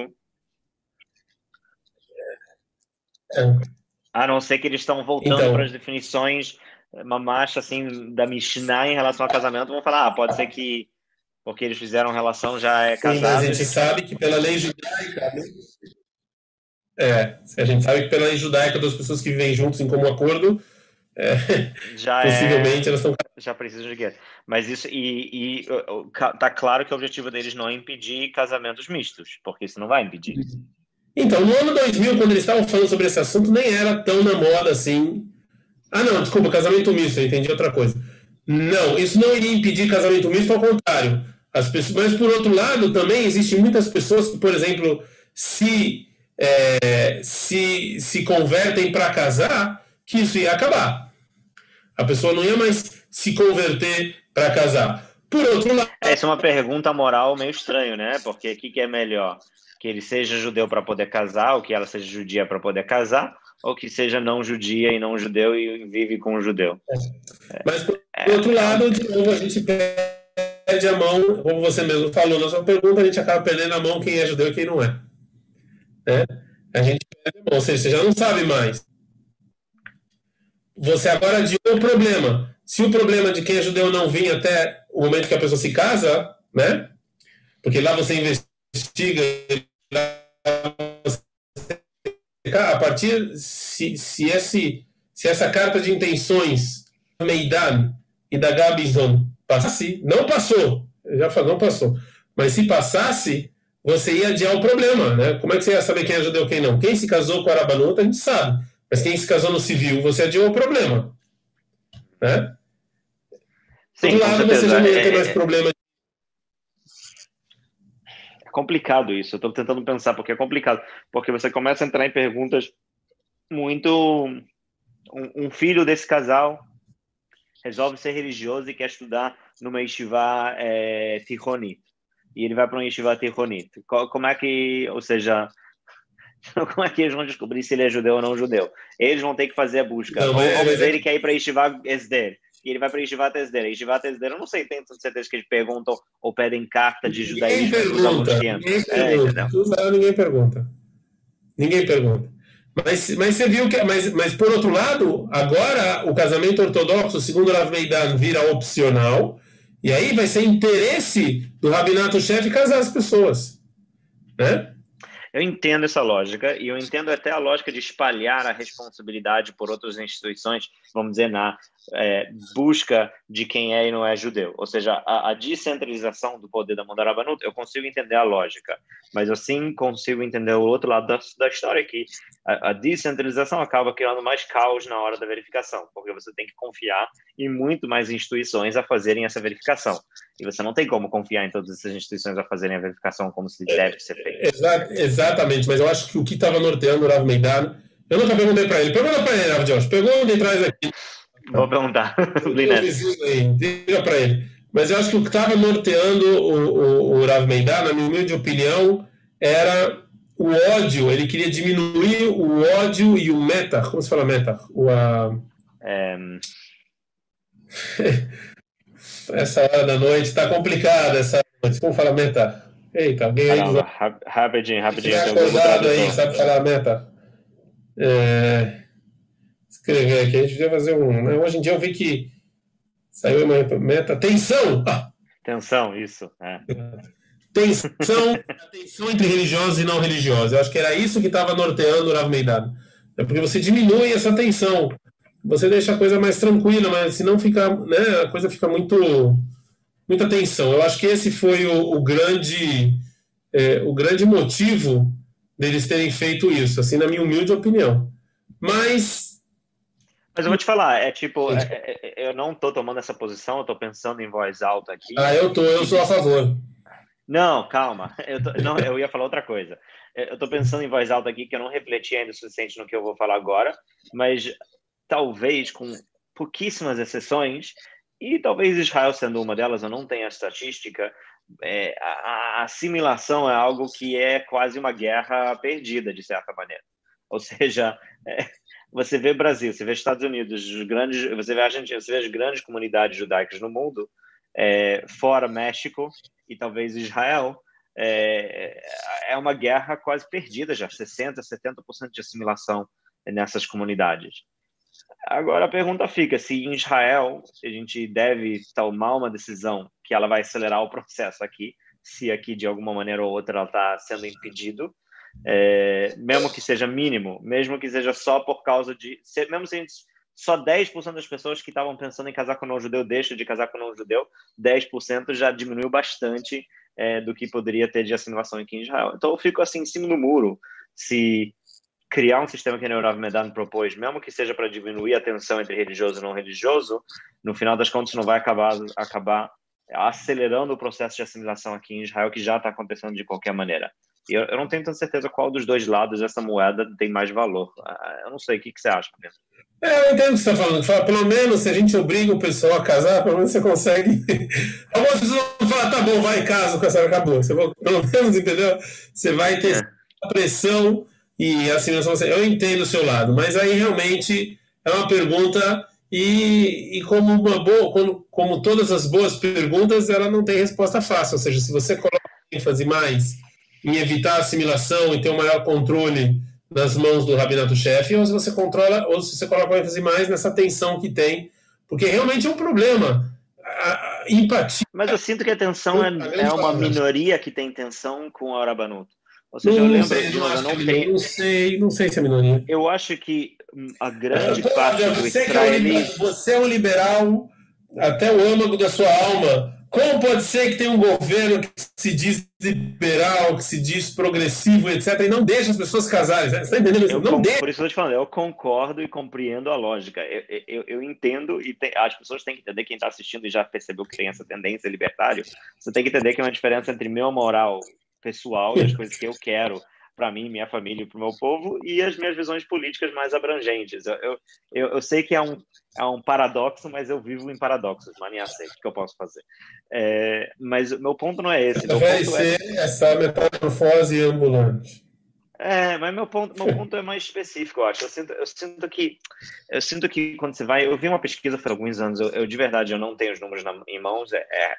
É. A não ser que eles estão voltando Então, para as definições mamacha, assim, da Mishnah em relação ao casamento, vão falar, ah, pode ser que porque eles fizeram relação já é casado. Sim, mas a gente sabe que pela lei judaica... É, a gente sabe que pela lei judaica das pessoas que vivem juntos em comum acordo, é, já possivelmente é, elas estão... já precisam de guerra. Mas isso, e, e tá claro que o objetivo deles não é impedir casamentos mistos, porque isso não vai impedir. Então, no ano dois mil, quando eles estavam falando sobre esse assunto, nem era tão na moda assim. Ah, não, desculpa, casamento misto, eu entendi outra coisa. Não, isso não iria impedir casamento misto, ao contrário. As pessoas, mas, por outro lado, também existem muitas pessoas que, por exemplo, se, é, se, se convertem para casar, que isso ia acabar. A pessoa não ia mais se converter para casar. Por outro lado... Essa é uma pergunta moral meio estranha, né? Porque o que, que é melhor? Que ele seja judeu para poder casar, ou que ela seja judia para poder casar, ou que seja não judia e não judeu e vive com um judeu. É. Mas, por é, outro lado, de novo, a gente perde a mão, como você mesmo falou na sua pergunta, a gente acaba perdendo a mão quem é judeu e quem não é. Né? A gente perde a mão, ou seja, você já não sabe mais. Você agora adiou o problema. Se o problema de quem é judeu não vir até o momento que a pessoa se casa, né? Porque lá você investiga, a partir se, se, esse, se essa carta de intenções da Meidan e da Gabizon passasse, não passou, já falou, não passou, mas se passasse, você ia adiar o problema, né? Como é que você ia saber quem é judeu e quem não? Quem se casou com a Arabanut, a gente sabe, mas quem se casou no civil, você adiou o problema, né? Sim, do outro lado, você já não ia ter mais é... problema. É complicado isso, eu estou tentando pensar, porque é complicado, porque você começa a entrar em perguntas muito... Um, um filho desse casal resolve ser religioso e quer estudar numa yeshiva é, tirronit, e ele vai para uma yeshiva tirronit. Como é que, ou seja, como é que eles vão descobrir se ele é judeu ou não judeu? Eles vão ter que fazer a busca. Não, ou vamos dizer, é... ele quer ir para a yeshiva Esder, e ele vai para a Yeshivat Esder. A Yeshivat Esder, eu não sei, tenho certeza que eles perguntam ou pedem carta de judaísmo dos alunos que entram. Ninguém pergunta. É, ninguém pergunta. Ninguém pergunta. Mas, mas você viu que... Mas, mas, por outro lado, agora o casamento ortodoxo, segundo o Rav Meidan, vira opcional, e aí vai ser interesse do rabinato-chefe casar as pessoas. Né? Eu entendo essa lógica, e eu entendo até a lógica de espalhar a responsabilidade por outras instituições, vamos dizer, na é, busca de quem é e não é judeu. Ou seja, a, a descentralização do poder da mão da Rabanut, eu consigo entender a lógica, mas eu sim consigo entender o outro lado da, da história, que a, a descentralização acaba criando mais caos na hora da verificação, porque você tem que confiar em muito mais instituições a fazerem essa verificação. E você não tem como confiar em todas essas instituições a fazerem a verificação como se deve ser feito. Exa exatamente, mas eu acho que o que estava norteando o Rav Meidan, eu nunca perguntei para ele. Pergunta para ele, Rav Josh. Pergunta e traz aqui. Vou perguntar. Diga para ele. Mas eu acho que o que estava norteando o, o, o Rav Meidan, na minha humilde opinião, era o ódio. Ele queria diminuir o ódio e o meta. Como se fala meta? O, a... é... Essa hora da noite está complicada. Essa noite. Como fala meta? Eita, alguém aí... Caramba, dos... rapidinho, rapidinho. Tem acordado aí, sabe falar meta? É... Escrever aqui, a gente devia fazer um... Né? Hoje em dia eu vi que saiu uma meta... Tensão! Ah! Tensão, isso. É. Tensão, tensão entre religiosos e não religiosos. Eu acho que era isso que estava norteando o Rav Meidan. É porque você diminui essa tensão. Você deixa a coisa mais tranquila, mas senão fica, né, a coisa fica muito... muita tensão. Eu acho que esse foi o, o, grande, é, o grande motivo deles terem feito isso, assim, na minha humilde opinião. Mas... Mas eu vou te falar, é tipo, é, é, é, eu não tô tomando essa posição, eu tô pensando em voz alta aqui. Ah, eu tô, eu sou a favor. Não, calma, eu, tô, não, eu ia falar outra coisa. Eu tô pensando em voz alta aqui, que eu não refleti ainda o suficiente no que eu vou falar agora, mas talvez com pouquíssimas exceções, e talvez Israel sendo uma delas, eu não tenho a estatística, é, a, a assimilação é algo que é quase uma guerra perdida, de certa maneira. Ou seja, é, você vê Brasil, você vê Estados Unidos, os grandes, você vê Argentina, você vê as grandes comunidades judaicas no mundo, é, fora México e talvez Israel, é, é uma guerra quase perdida já, sessenta, setenta por cento de assimilação nessas comunidades. Agora a pergunta fica, se em Israel a gente deve tomar uma decisão que ela vai acelerar o processo aqui, se aqui de alguma maneira ou outra ela está sendo impedido, é, mesmo que seja mínimo, mesmo que seja só por causa de, se, mesmo se a gente, só dez por cento das pessoas que estavam pensando em casar com um não-judeu deixam de casar com um não-judeu, dez por cento já diminuiu bastante é, do que poderia ter de assimilação aqui em Israel. Então eu fico assim em cima do muro, se criar um sistema que a Neurav Medan propôs, mesmo que seja para diminuir a tensão entre religioso e não religioso, no final das contas não vai acabar, acabar acelerando o processo de assimilação aqui em Israel, que já está acontecendo de qualquer maneira. E eu, eu não tenho tanta certeza qual dos dois lados essa moeda tem mais valor. Eu não sei, o que, que você acha mesmo? É, eu entendo o que você está falando. Fala, pelo menos, se a gente obriga o pessoal a casar, pelo menos você consegue. Algumas pessoas vão falar, tá bom, vai, casa com essa, acabou. Você vai, pelo menos, entendeu? Você vai ter é. a pressão e a assimilação. Eu entendo o seu lado, mas aí realmente é uma pergunta, e, e como uma boa, como, como todas as boas perguntas, ela não tem resposta fácil. Ou seja, se você coloca ênfase mais em evitar a assimilação e ter um maior controle nas mãos do rabinato-chefe, ou se você controla, ou se você coloca ênfase mais nessa tensão que tem, porque realmente é um problema. A, a empatia. Mas eu sinto que a tensão é, é uma minoria que tem tensão com a Orabanut. Ou seja, não, eu lembro sei, de novo, eu não tenho. Não sei, não sei se é minoria. Eu acho que a grande Pô, parte do você israeli... É um, você é um liberal até o âmago da sua alma. Como pode ser que tem um governo que se diz liberal, que se diz progressivo, etcétera, e não deixa as pessoas casarem? Você está entendendo isso? Eu, não deixa. Por isso que eu estou te falando, eu concordo e compreendo a lógica. Eu, eu, eu entendo, e tem, as pessoas têm que entender, quem está assistindo e já percebeu que tem essa tendência libertária, você tem que entender que é uma diferença entre minha moral pessoal e as coisas que eu quero para mim, minha família e para o meu povo, e as minhas visões políticas mais abrangentes. Eu, eu, eu, eu sei que é um, é um paradoxo, mas eu vivo em paradoxos, mas nem sei o que eu posso fazer. É, mas o meu ponto não é esse. Meu Vai ponto ser é... essa metamorfose ambulante. É, mas meu ponto, meu ponto é mais específico, eu acho. Eu sinto, eu sinto que, eu sinto que quando você vai, eu vi uma pesquisa faz alguns anos. Eu, eu de verdade eu não tenho os números na, em mãos. É, é,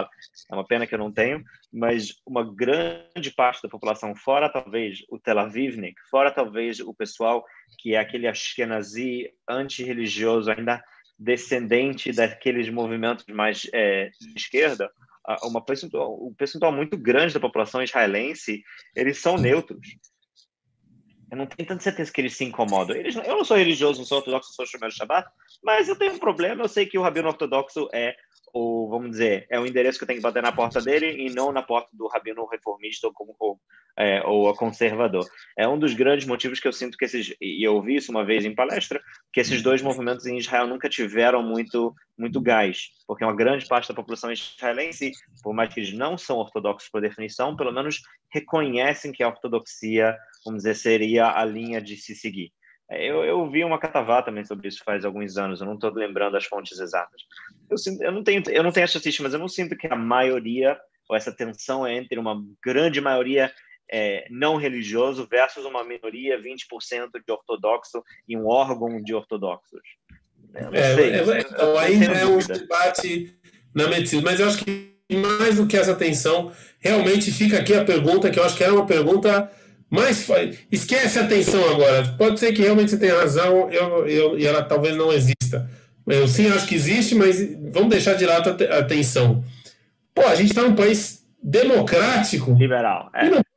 é uma pena que eu não tenho, mas uma grande parte da população, fora talvez o Tel Avivnik, fora talvez o pessoal que é aquele Ashkenazi antirreligioso, ainda descendente daqueles movimentos mais é, de esquerda, uma percentual, um percentual muito grande da população israelense, eles são neutros. Eu não tenho tanta certeza que eles se incomodam. Eles, eu não sou religioso, não sou ortodoxo, não sou Shomer Shabbat, mas eu tenho um problema. Eu sei que o rabino ortodoxo é o, vamos dizer, é o endereço que eu tenho que bater na porta dele e não na porta do rabino reformista ou, como, ou, é, ou conservador. É um dos grandes motivos que eu sinto que esses, e eu ouvi isso uma vez em palestra, que esses dois movimentos em Israel nunca tiveram muito, muito gás, porque uma grande parte da população israelense, por mais que eles não são ortodoxos por definição, pelo menos reconhecem que a ortodoxia, vamos dizer, seria a linha de se seguir. Eu, eu vi uma catavá também sobre isso faz alguns anos, eu não estou lembrando as fontes exatas. Eu, sinto, eu, não tenho, eu não tenho essa estatística, mas eu não sinto que a maioria, ou essa tensão é entre uma grande maioria é, não religioso versus uma minoria, vinte por cento de ortodoxo e um órgão de ortodoxos. Eu não é, sei. É, é, então, ainda é um debate na medicina, mas eu acho que mais do que essa tensão, realmente fica aqui a pergunta, que eu acho que era uma pergunta... Mas esquece a tensão agora. Pode ser que realmente você tenha razão eu, eu, e ela talvez não exista. Eu sim acho que existe, mas vamos deixar de lado a tensão. Pô, a gente está num país democrático. Liberal. É. Não...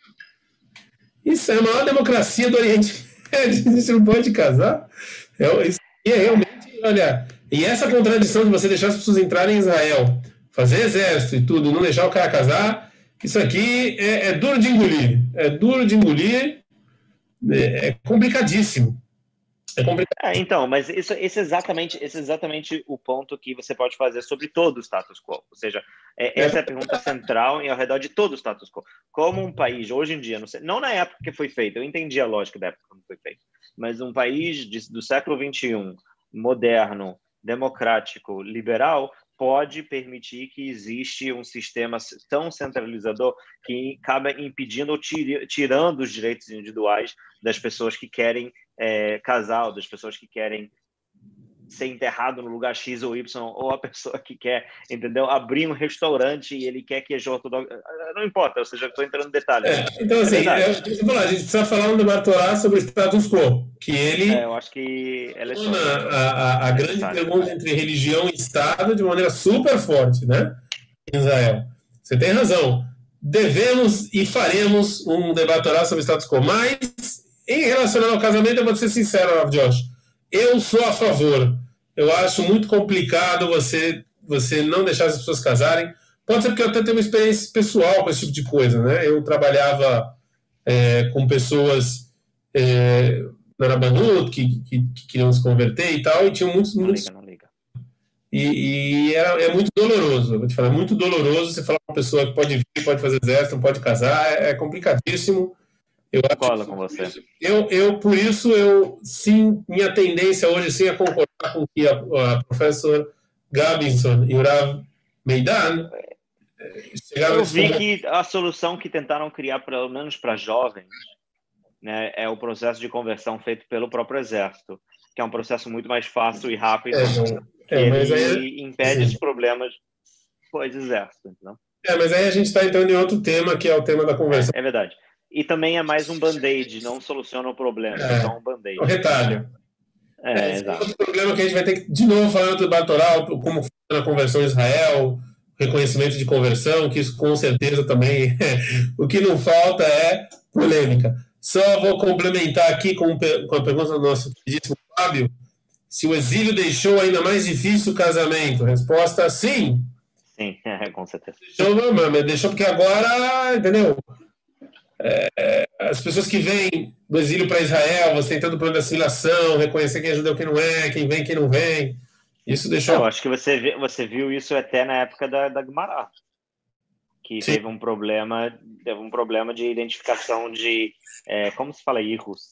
Isso é a maior democracia do Oriente Médio. A gente não pode casar. É, isso é realmente, olha. E essa contradição de você deixar as pessoas entrarem em Israel, fazer exército e tudo, não deixar o cara casar. Isso aqui é, é duro de engolir. É duro de engolir. É, é complicadíssimo. É complicado. É, então, mas isso, esse, é exatamente, esse é exatamente o ponto que você pode fazer sobre todo o status quo. Ou seja, é, essa é a pergunta central e ao redor de todo o status quo. Como um país, hoje em dia, não, sei, não na época que foi feito, eu entendi a lógica da época quando foi feito, mas um país de, do século vinte e um, moderno, democrático, liberal, pode permitir que existe um sistema tão centralizador que acaba impedindo ou tira, tirando os direitos individuais das pessoas que querem é, casar, ou das pessoas que querem ser enterrado no lugar X ou Y, ou a pessoa que quer, entendeu, abrir um restaurante e ele quer que a ortodoxa... Não importa, ou seja, estou entrando em detalhes, É, mas então, é assim, é, verdade. a gente precisa falar no debate Torá sobre o status quo, que É, ele eu acho que ela é só torna a, a, a grande necessário. pergunta entre religião e Estado de maneira super forte, né? Em Israel. Você tem razão. Devemos e faremos um debate Torá sobre o status quo, mas em relação ao casamento, eu vou ser sincero, Rav Josh, eu sou a favor. Eu acho muito complicado você, você não deixar as pessoas casarem. Pode ser porque eu até tenho uma experiência pessoal com esse tipo de coisa, né? Eu trabalhava é, com pessoas é, na Rabanut que, que, que queriam se converter e tal, e tinham muitos, Não muitos liga, não liga. e, e é, é muito doloroso, eu vou te falar, é muito doloroso você falar com uma pessoa que pode vir, pode fazer exército, não pode casar, é, é complicadíssimo. Eu acho Concordo que com por você. isso, eu, eu, por isso, eu, sim, minha tendência hoje, sim, é concordar com o que a, a professora Gabinson e o Rav Meidan chegaram Eu nesse vi ponto. que a solução que tentaram criar, pelo menos para jovens, né, é o processo de conversão feito pelo próprio exército, que é um processo muito mais fácil e É, rápido, não, que é, mas aí, ele impede assim, os problemas pós-exército, entendeu? é, mas aí a gente está entrando em outro tema, que é o tema da É, conversão. é verdade. E também é mais um band-aid, não soluciona o problema, é só É, um é um band-aid. retalho. É, É, esse é exato. outro problema que a gente vai ter que, de novo, falar no debate eleitoral, como funciona a conversão em Israel, reconhecimento de conversão, que isso com certeza também o que não falta é polêmica. Só vou complementar aqui com, com a pergunta do nosso queridíssimo Fábio, se o exílio deixou ainda mais difícil o casamento. Resposta, sim. Sim, é, com certeza. Deixou, mas deixou porque agora, entendeu? As pessoas que vêm do exílio para Israel, você tem todo o plano de assimilação, reconhecer quem é judeu, quem não é, quem vem, quem não vem. Isso É, eu deixou. acho que você, vê, você viu isso até na época da, da Guimarães, que Sim. teve um problema, teve um problema de identificação de, é, como se fala, erros.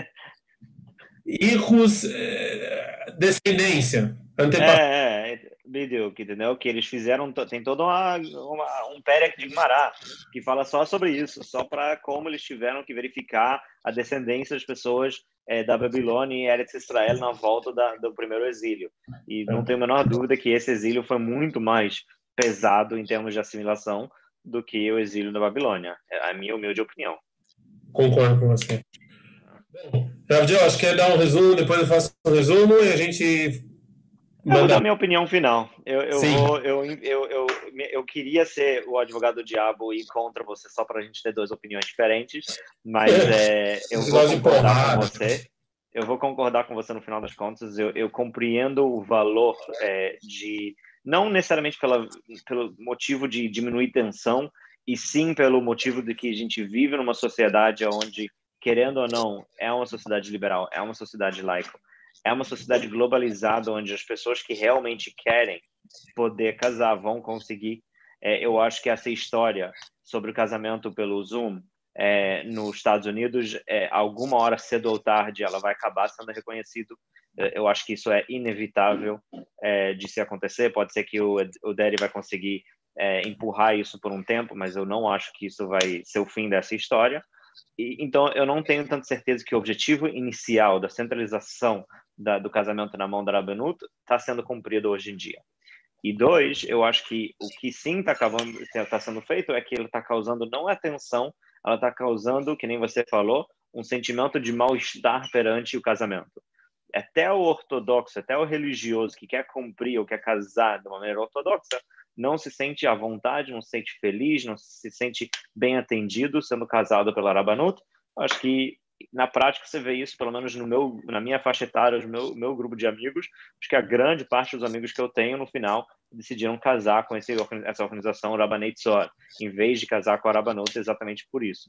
Hijos, eh, descendência, antepassado. É, é, vídeo, entendeu? Que eles fizeram, tem todo uma, uma, um Pérec de Guimarães que fala só sobre isso, só para como eles tiveram que verificar a descendência das pessoas é, da Babilônia e Eretz Israel na volta da, do primeiro exílio. E não tenho a menor dúvida que esse exílio foi muito mais pesado em termos de assimilação do que o exílio da Babilônia. É a minha humilde opinião. Concordo com você. Rafael, acho que quer dar um resumo, depois eu faço um resumo e a gente Eu vou manda. dar minha opinião final. Eu, eu Sim. vou, eu, eu, eu, eu queria ser o advogado do diabo e ir contra você só para a gente ter duas opiniões diferentes, mas é, eu Esse vou negócio de concordar com porrada. você. Eu vou concordar com você no final das contas. Eu, eu compreendo o valor é, de não necessariamente pela, pelo motivo de diminuir tensão, e sim pelo motivo de que a gente vive numa sociedade onde, querendo ou não, é uma sociedade liberal, é uma sociedade laica. É uma sociedade globalizada onde as pessoas que realmente querem poder casar vão conseguir. É, eu acho que essa história sobre o casamento pelo Zoom é, nos Estados Unidos, é, alguma hora cedo ou tarde, ela vai acabar sendo reconhecido. É, eu acho que isso é inevitável é, de se acontecer. Pode ser que o, o Daddy vai conseguir é, empurrar isso por um tempo, mas eu não acho que isso vai ser o fim dessa história. E, então, eu não tenho tanta certeza que o objetivo inicial da centralização da, do casamento na mão da Rabbanut está sendo cumprido hoje em dia. E dois, eu acho que o que sim está tá sendo feito é que ele está causando não atenção, ela está causando, que nem você falou, um sentimento de mal-estar perante o casamento. Até o ortodoxo, até o religioso que quer cumprir ou quer casar de uma maneira ortodoxa, não se sente à vontade, não se sente feliz, não se sente bem atendido sendo casado pela Rabbanut. Acho que na prática você vê isso, pelo menos no meu, na minha faixa etária, no meu, meu grupo de amigos. Acho que a grande parte dos amigos que eu tenho, no final, decidiram casar com esse, essa organização Rabbanei Tzor, em vez de casar com a Rabbanut, exatamente por isso.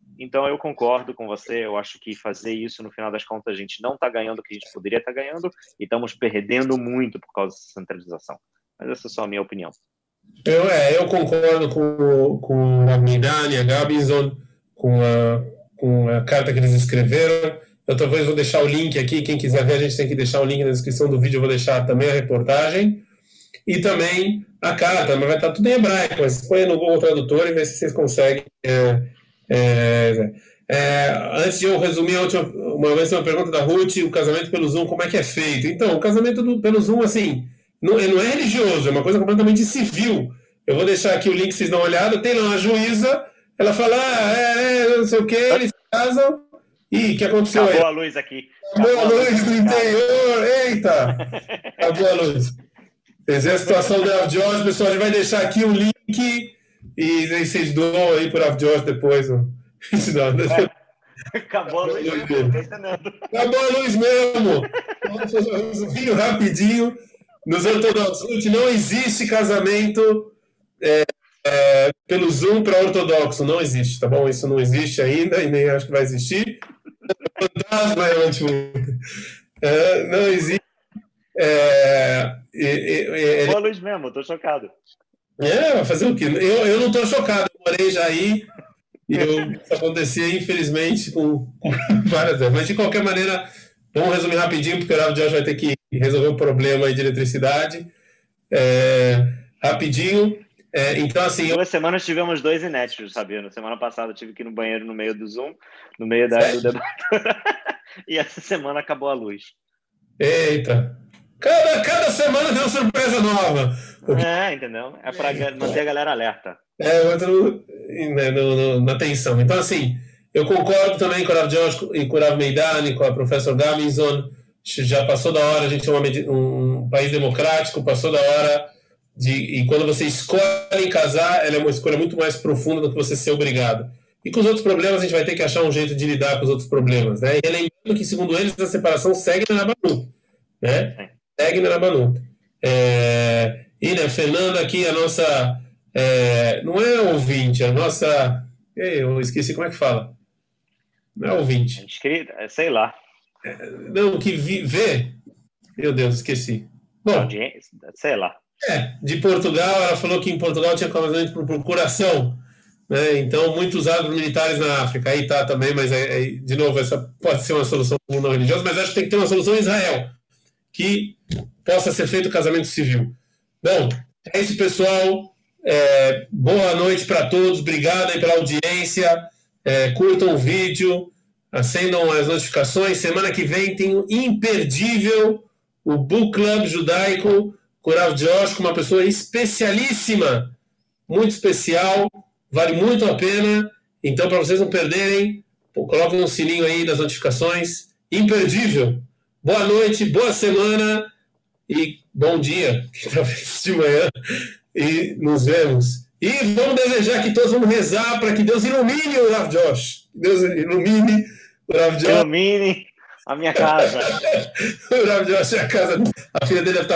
Então, eu concordo com você. Eu acho que fazer isso, no final das contas, a gente não está ganhando o que a gente poderia estar ganhando e estamos perdendo muito por causa dessa centralização. Mas essa é só a minha opinião. Eu, é, eu concordo com, com a Midani, a Gabinson, com a, com a carta que eles escreveram. Eu talvez vou deixar o link aqui. Quem quiser ver, a gente tem que deixar o link na descrição do vídeo. Eu vou deixar também a reportagem e também a carta. Mas vai estar tudo em hebraico. Mas põe no Google Tradutor e vê se vocês conseguem. É, é, é, antes de eu resumir, a última, uma vez uma pergunta da Ruth: o casamento pelo Zoom, como é que é feito? Então, o casamento do, pelo Zoom, assim. Não, não é religioso, é uma coisa completamente civil. Eu vou deixar aqui o link, vocês dão uma olhada. Tem lá uma juíza, ela fala, ah, é, é, não sei o que, eles casam. Ih, o que aconteceu Acabou aí? a luz aqui. Acabou, Acabou a luz do interior, eita! Acabou a luz. Quer dizer, a situação do Rav Josh, pessoal, a gente vai deixar aqui o link e aí vocês doam aí pro Rav Josh depois. Não, Acabou a luz mesmo, tá entendendo? Acabou a luz mesmo. Vamos fazer um resuminho rapidinho. Nos ortodoxos não existe casamento é, é, pelo Zoom para ortodoxo. Não existe, tá bom? Isso não existe ainda e nem acho que vai existir. Fantasma é ótimo. É, não existe. É, é, é, Boa luz mesmo, tô chocado. É, vai fazer o quê? Eu, eu não tô chocado, eu morei já aí e eu, isso acontecia, infelizmente, com, com várias vezes. Mas, de qualquer maneira, vamos resumir rapidinho, porque o Rav Josh vai ter que resolver um problema aí de eletricidade. É, rapidinho. É, então, assim... Duas eu... semanas tivemos dois inéditos, sabia? Na semana passada eu tive que ir no banheiro no meio do Zoom, no meio da, do debate. E essa semana acabou a luz. Eita! Cada, cada semana tem uma surpresa nova. É, entendeu? É para manter a galera alerta. É, outro né, no, no, na atenção. Então, assim, eu concordo também com o Rav Josh e com o Rav Meidani, com a professora Gabinson. Já passou da hora, a gente é uma, um país democrático, passou da hora de... E quando você escolhe casar, ela é uma escolha muito mais profunda do que você ser obrigado. E com os outros problemas, a gente vai ter que achar um jeito de lidar com os outros problemas, né? E lembrando que, segundo eles, a separação segue na Rabanut, né? Sim. Segue na Rabanut. É... E, né, Fernanda aqui, a nossa... É... Não é ouvinte, a nossa... Eu esqueci como é que fala. Não é ouvinte. Inscrita, sei lá. Não, que vi, vê. Meu Deus, esqueci. Bom, audiência, sei lá. É, de Portugal, ela falou que em Portugal tinha casamento por procuração, né? Então, muitos árabes militares na África. Aí tá também, mas é, é, de novo, essa pode ser uma solução não religiosa, mas acho que tem que ter uma solução em Israel, que possa ser feito o casamento civil. Bom, é isso, pessoal. É, boa noite para todos. Obrigado aí pela audiência. É, curtam o vídeo. Acendam as notificações. Semana que vem tem o imperdível, o Book Club Judaico, com o Rav Josh, com uma pessoa especialíssima, muito especial, vale muito a pena. Então, para vocês não perderem, coloquem um sininho aí das notificações. Imperdível. Boa noite, boa semana e bom dia, talvez de manhã, e nos vemos. E vamos desejar que todos vamos rezar para que Deus ilumine o Rav Josh. Deus ilumine o Rav Josh. Ilumine a minha casa. O Rav Josh é a casa. A filha dele deve estar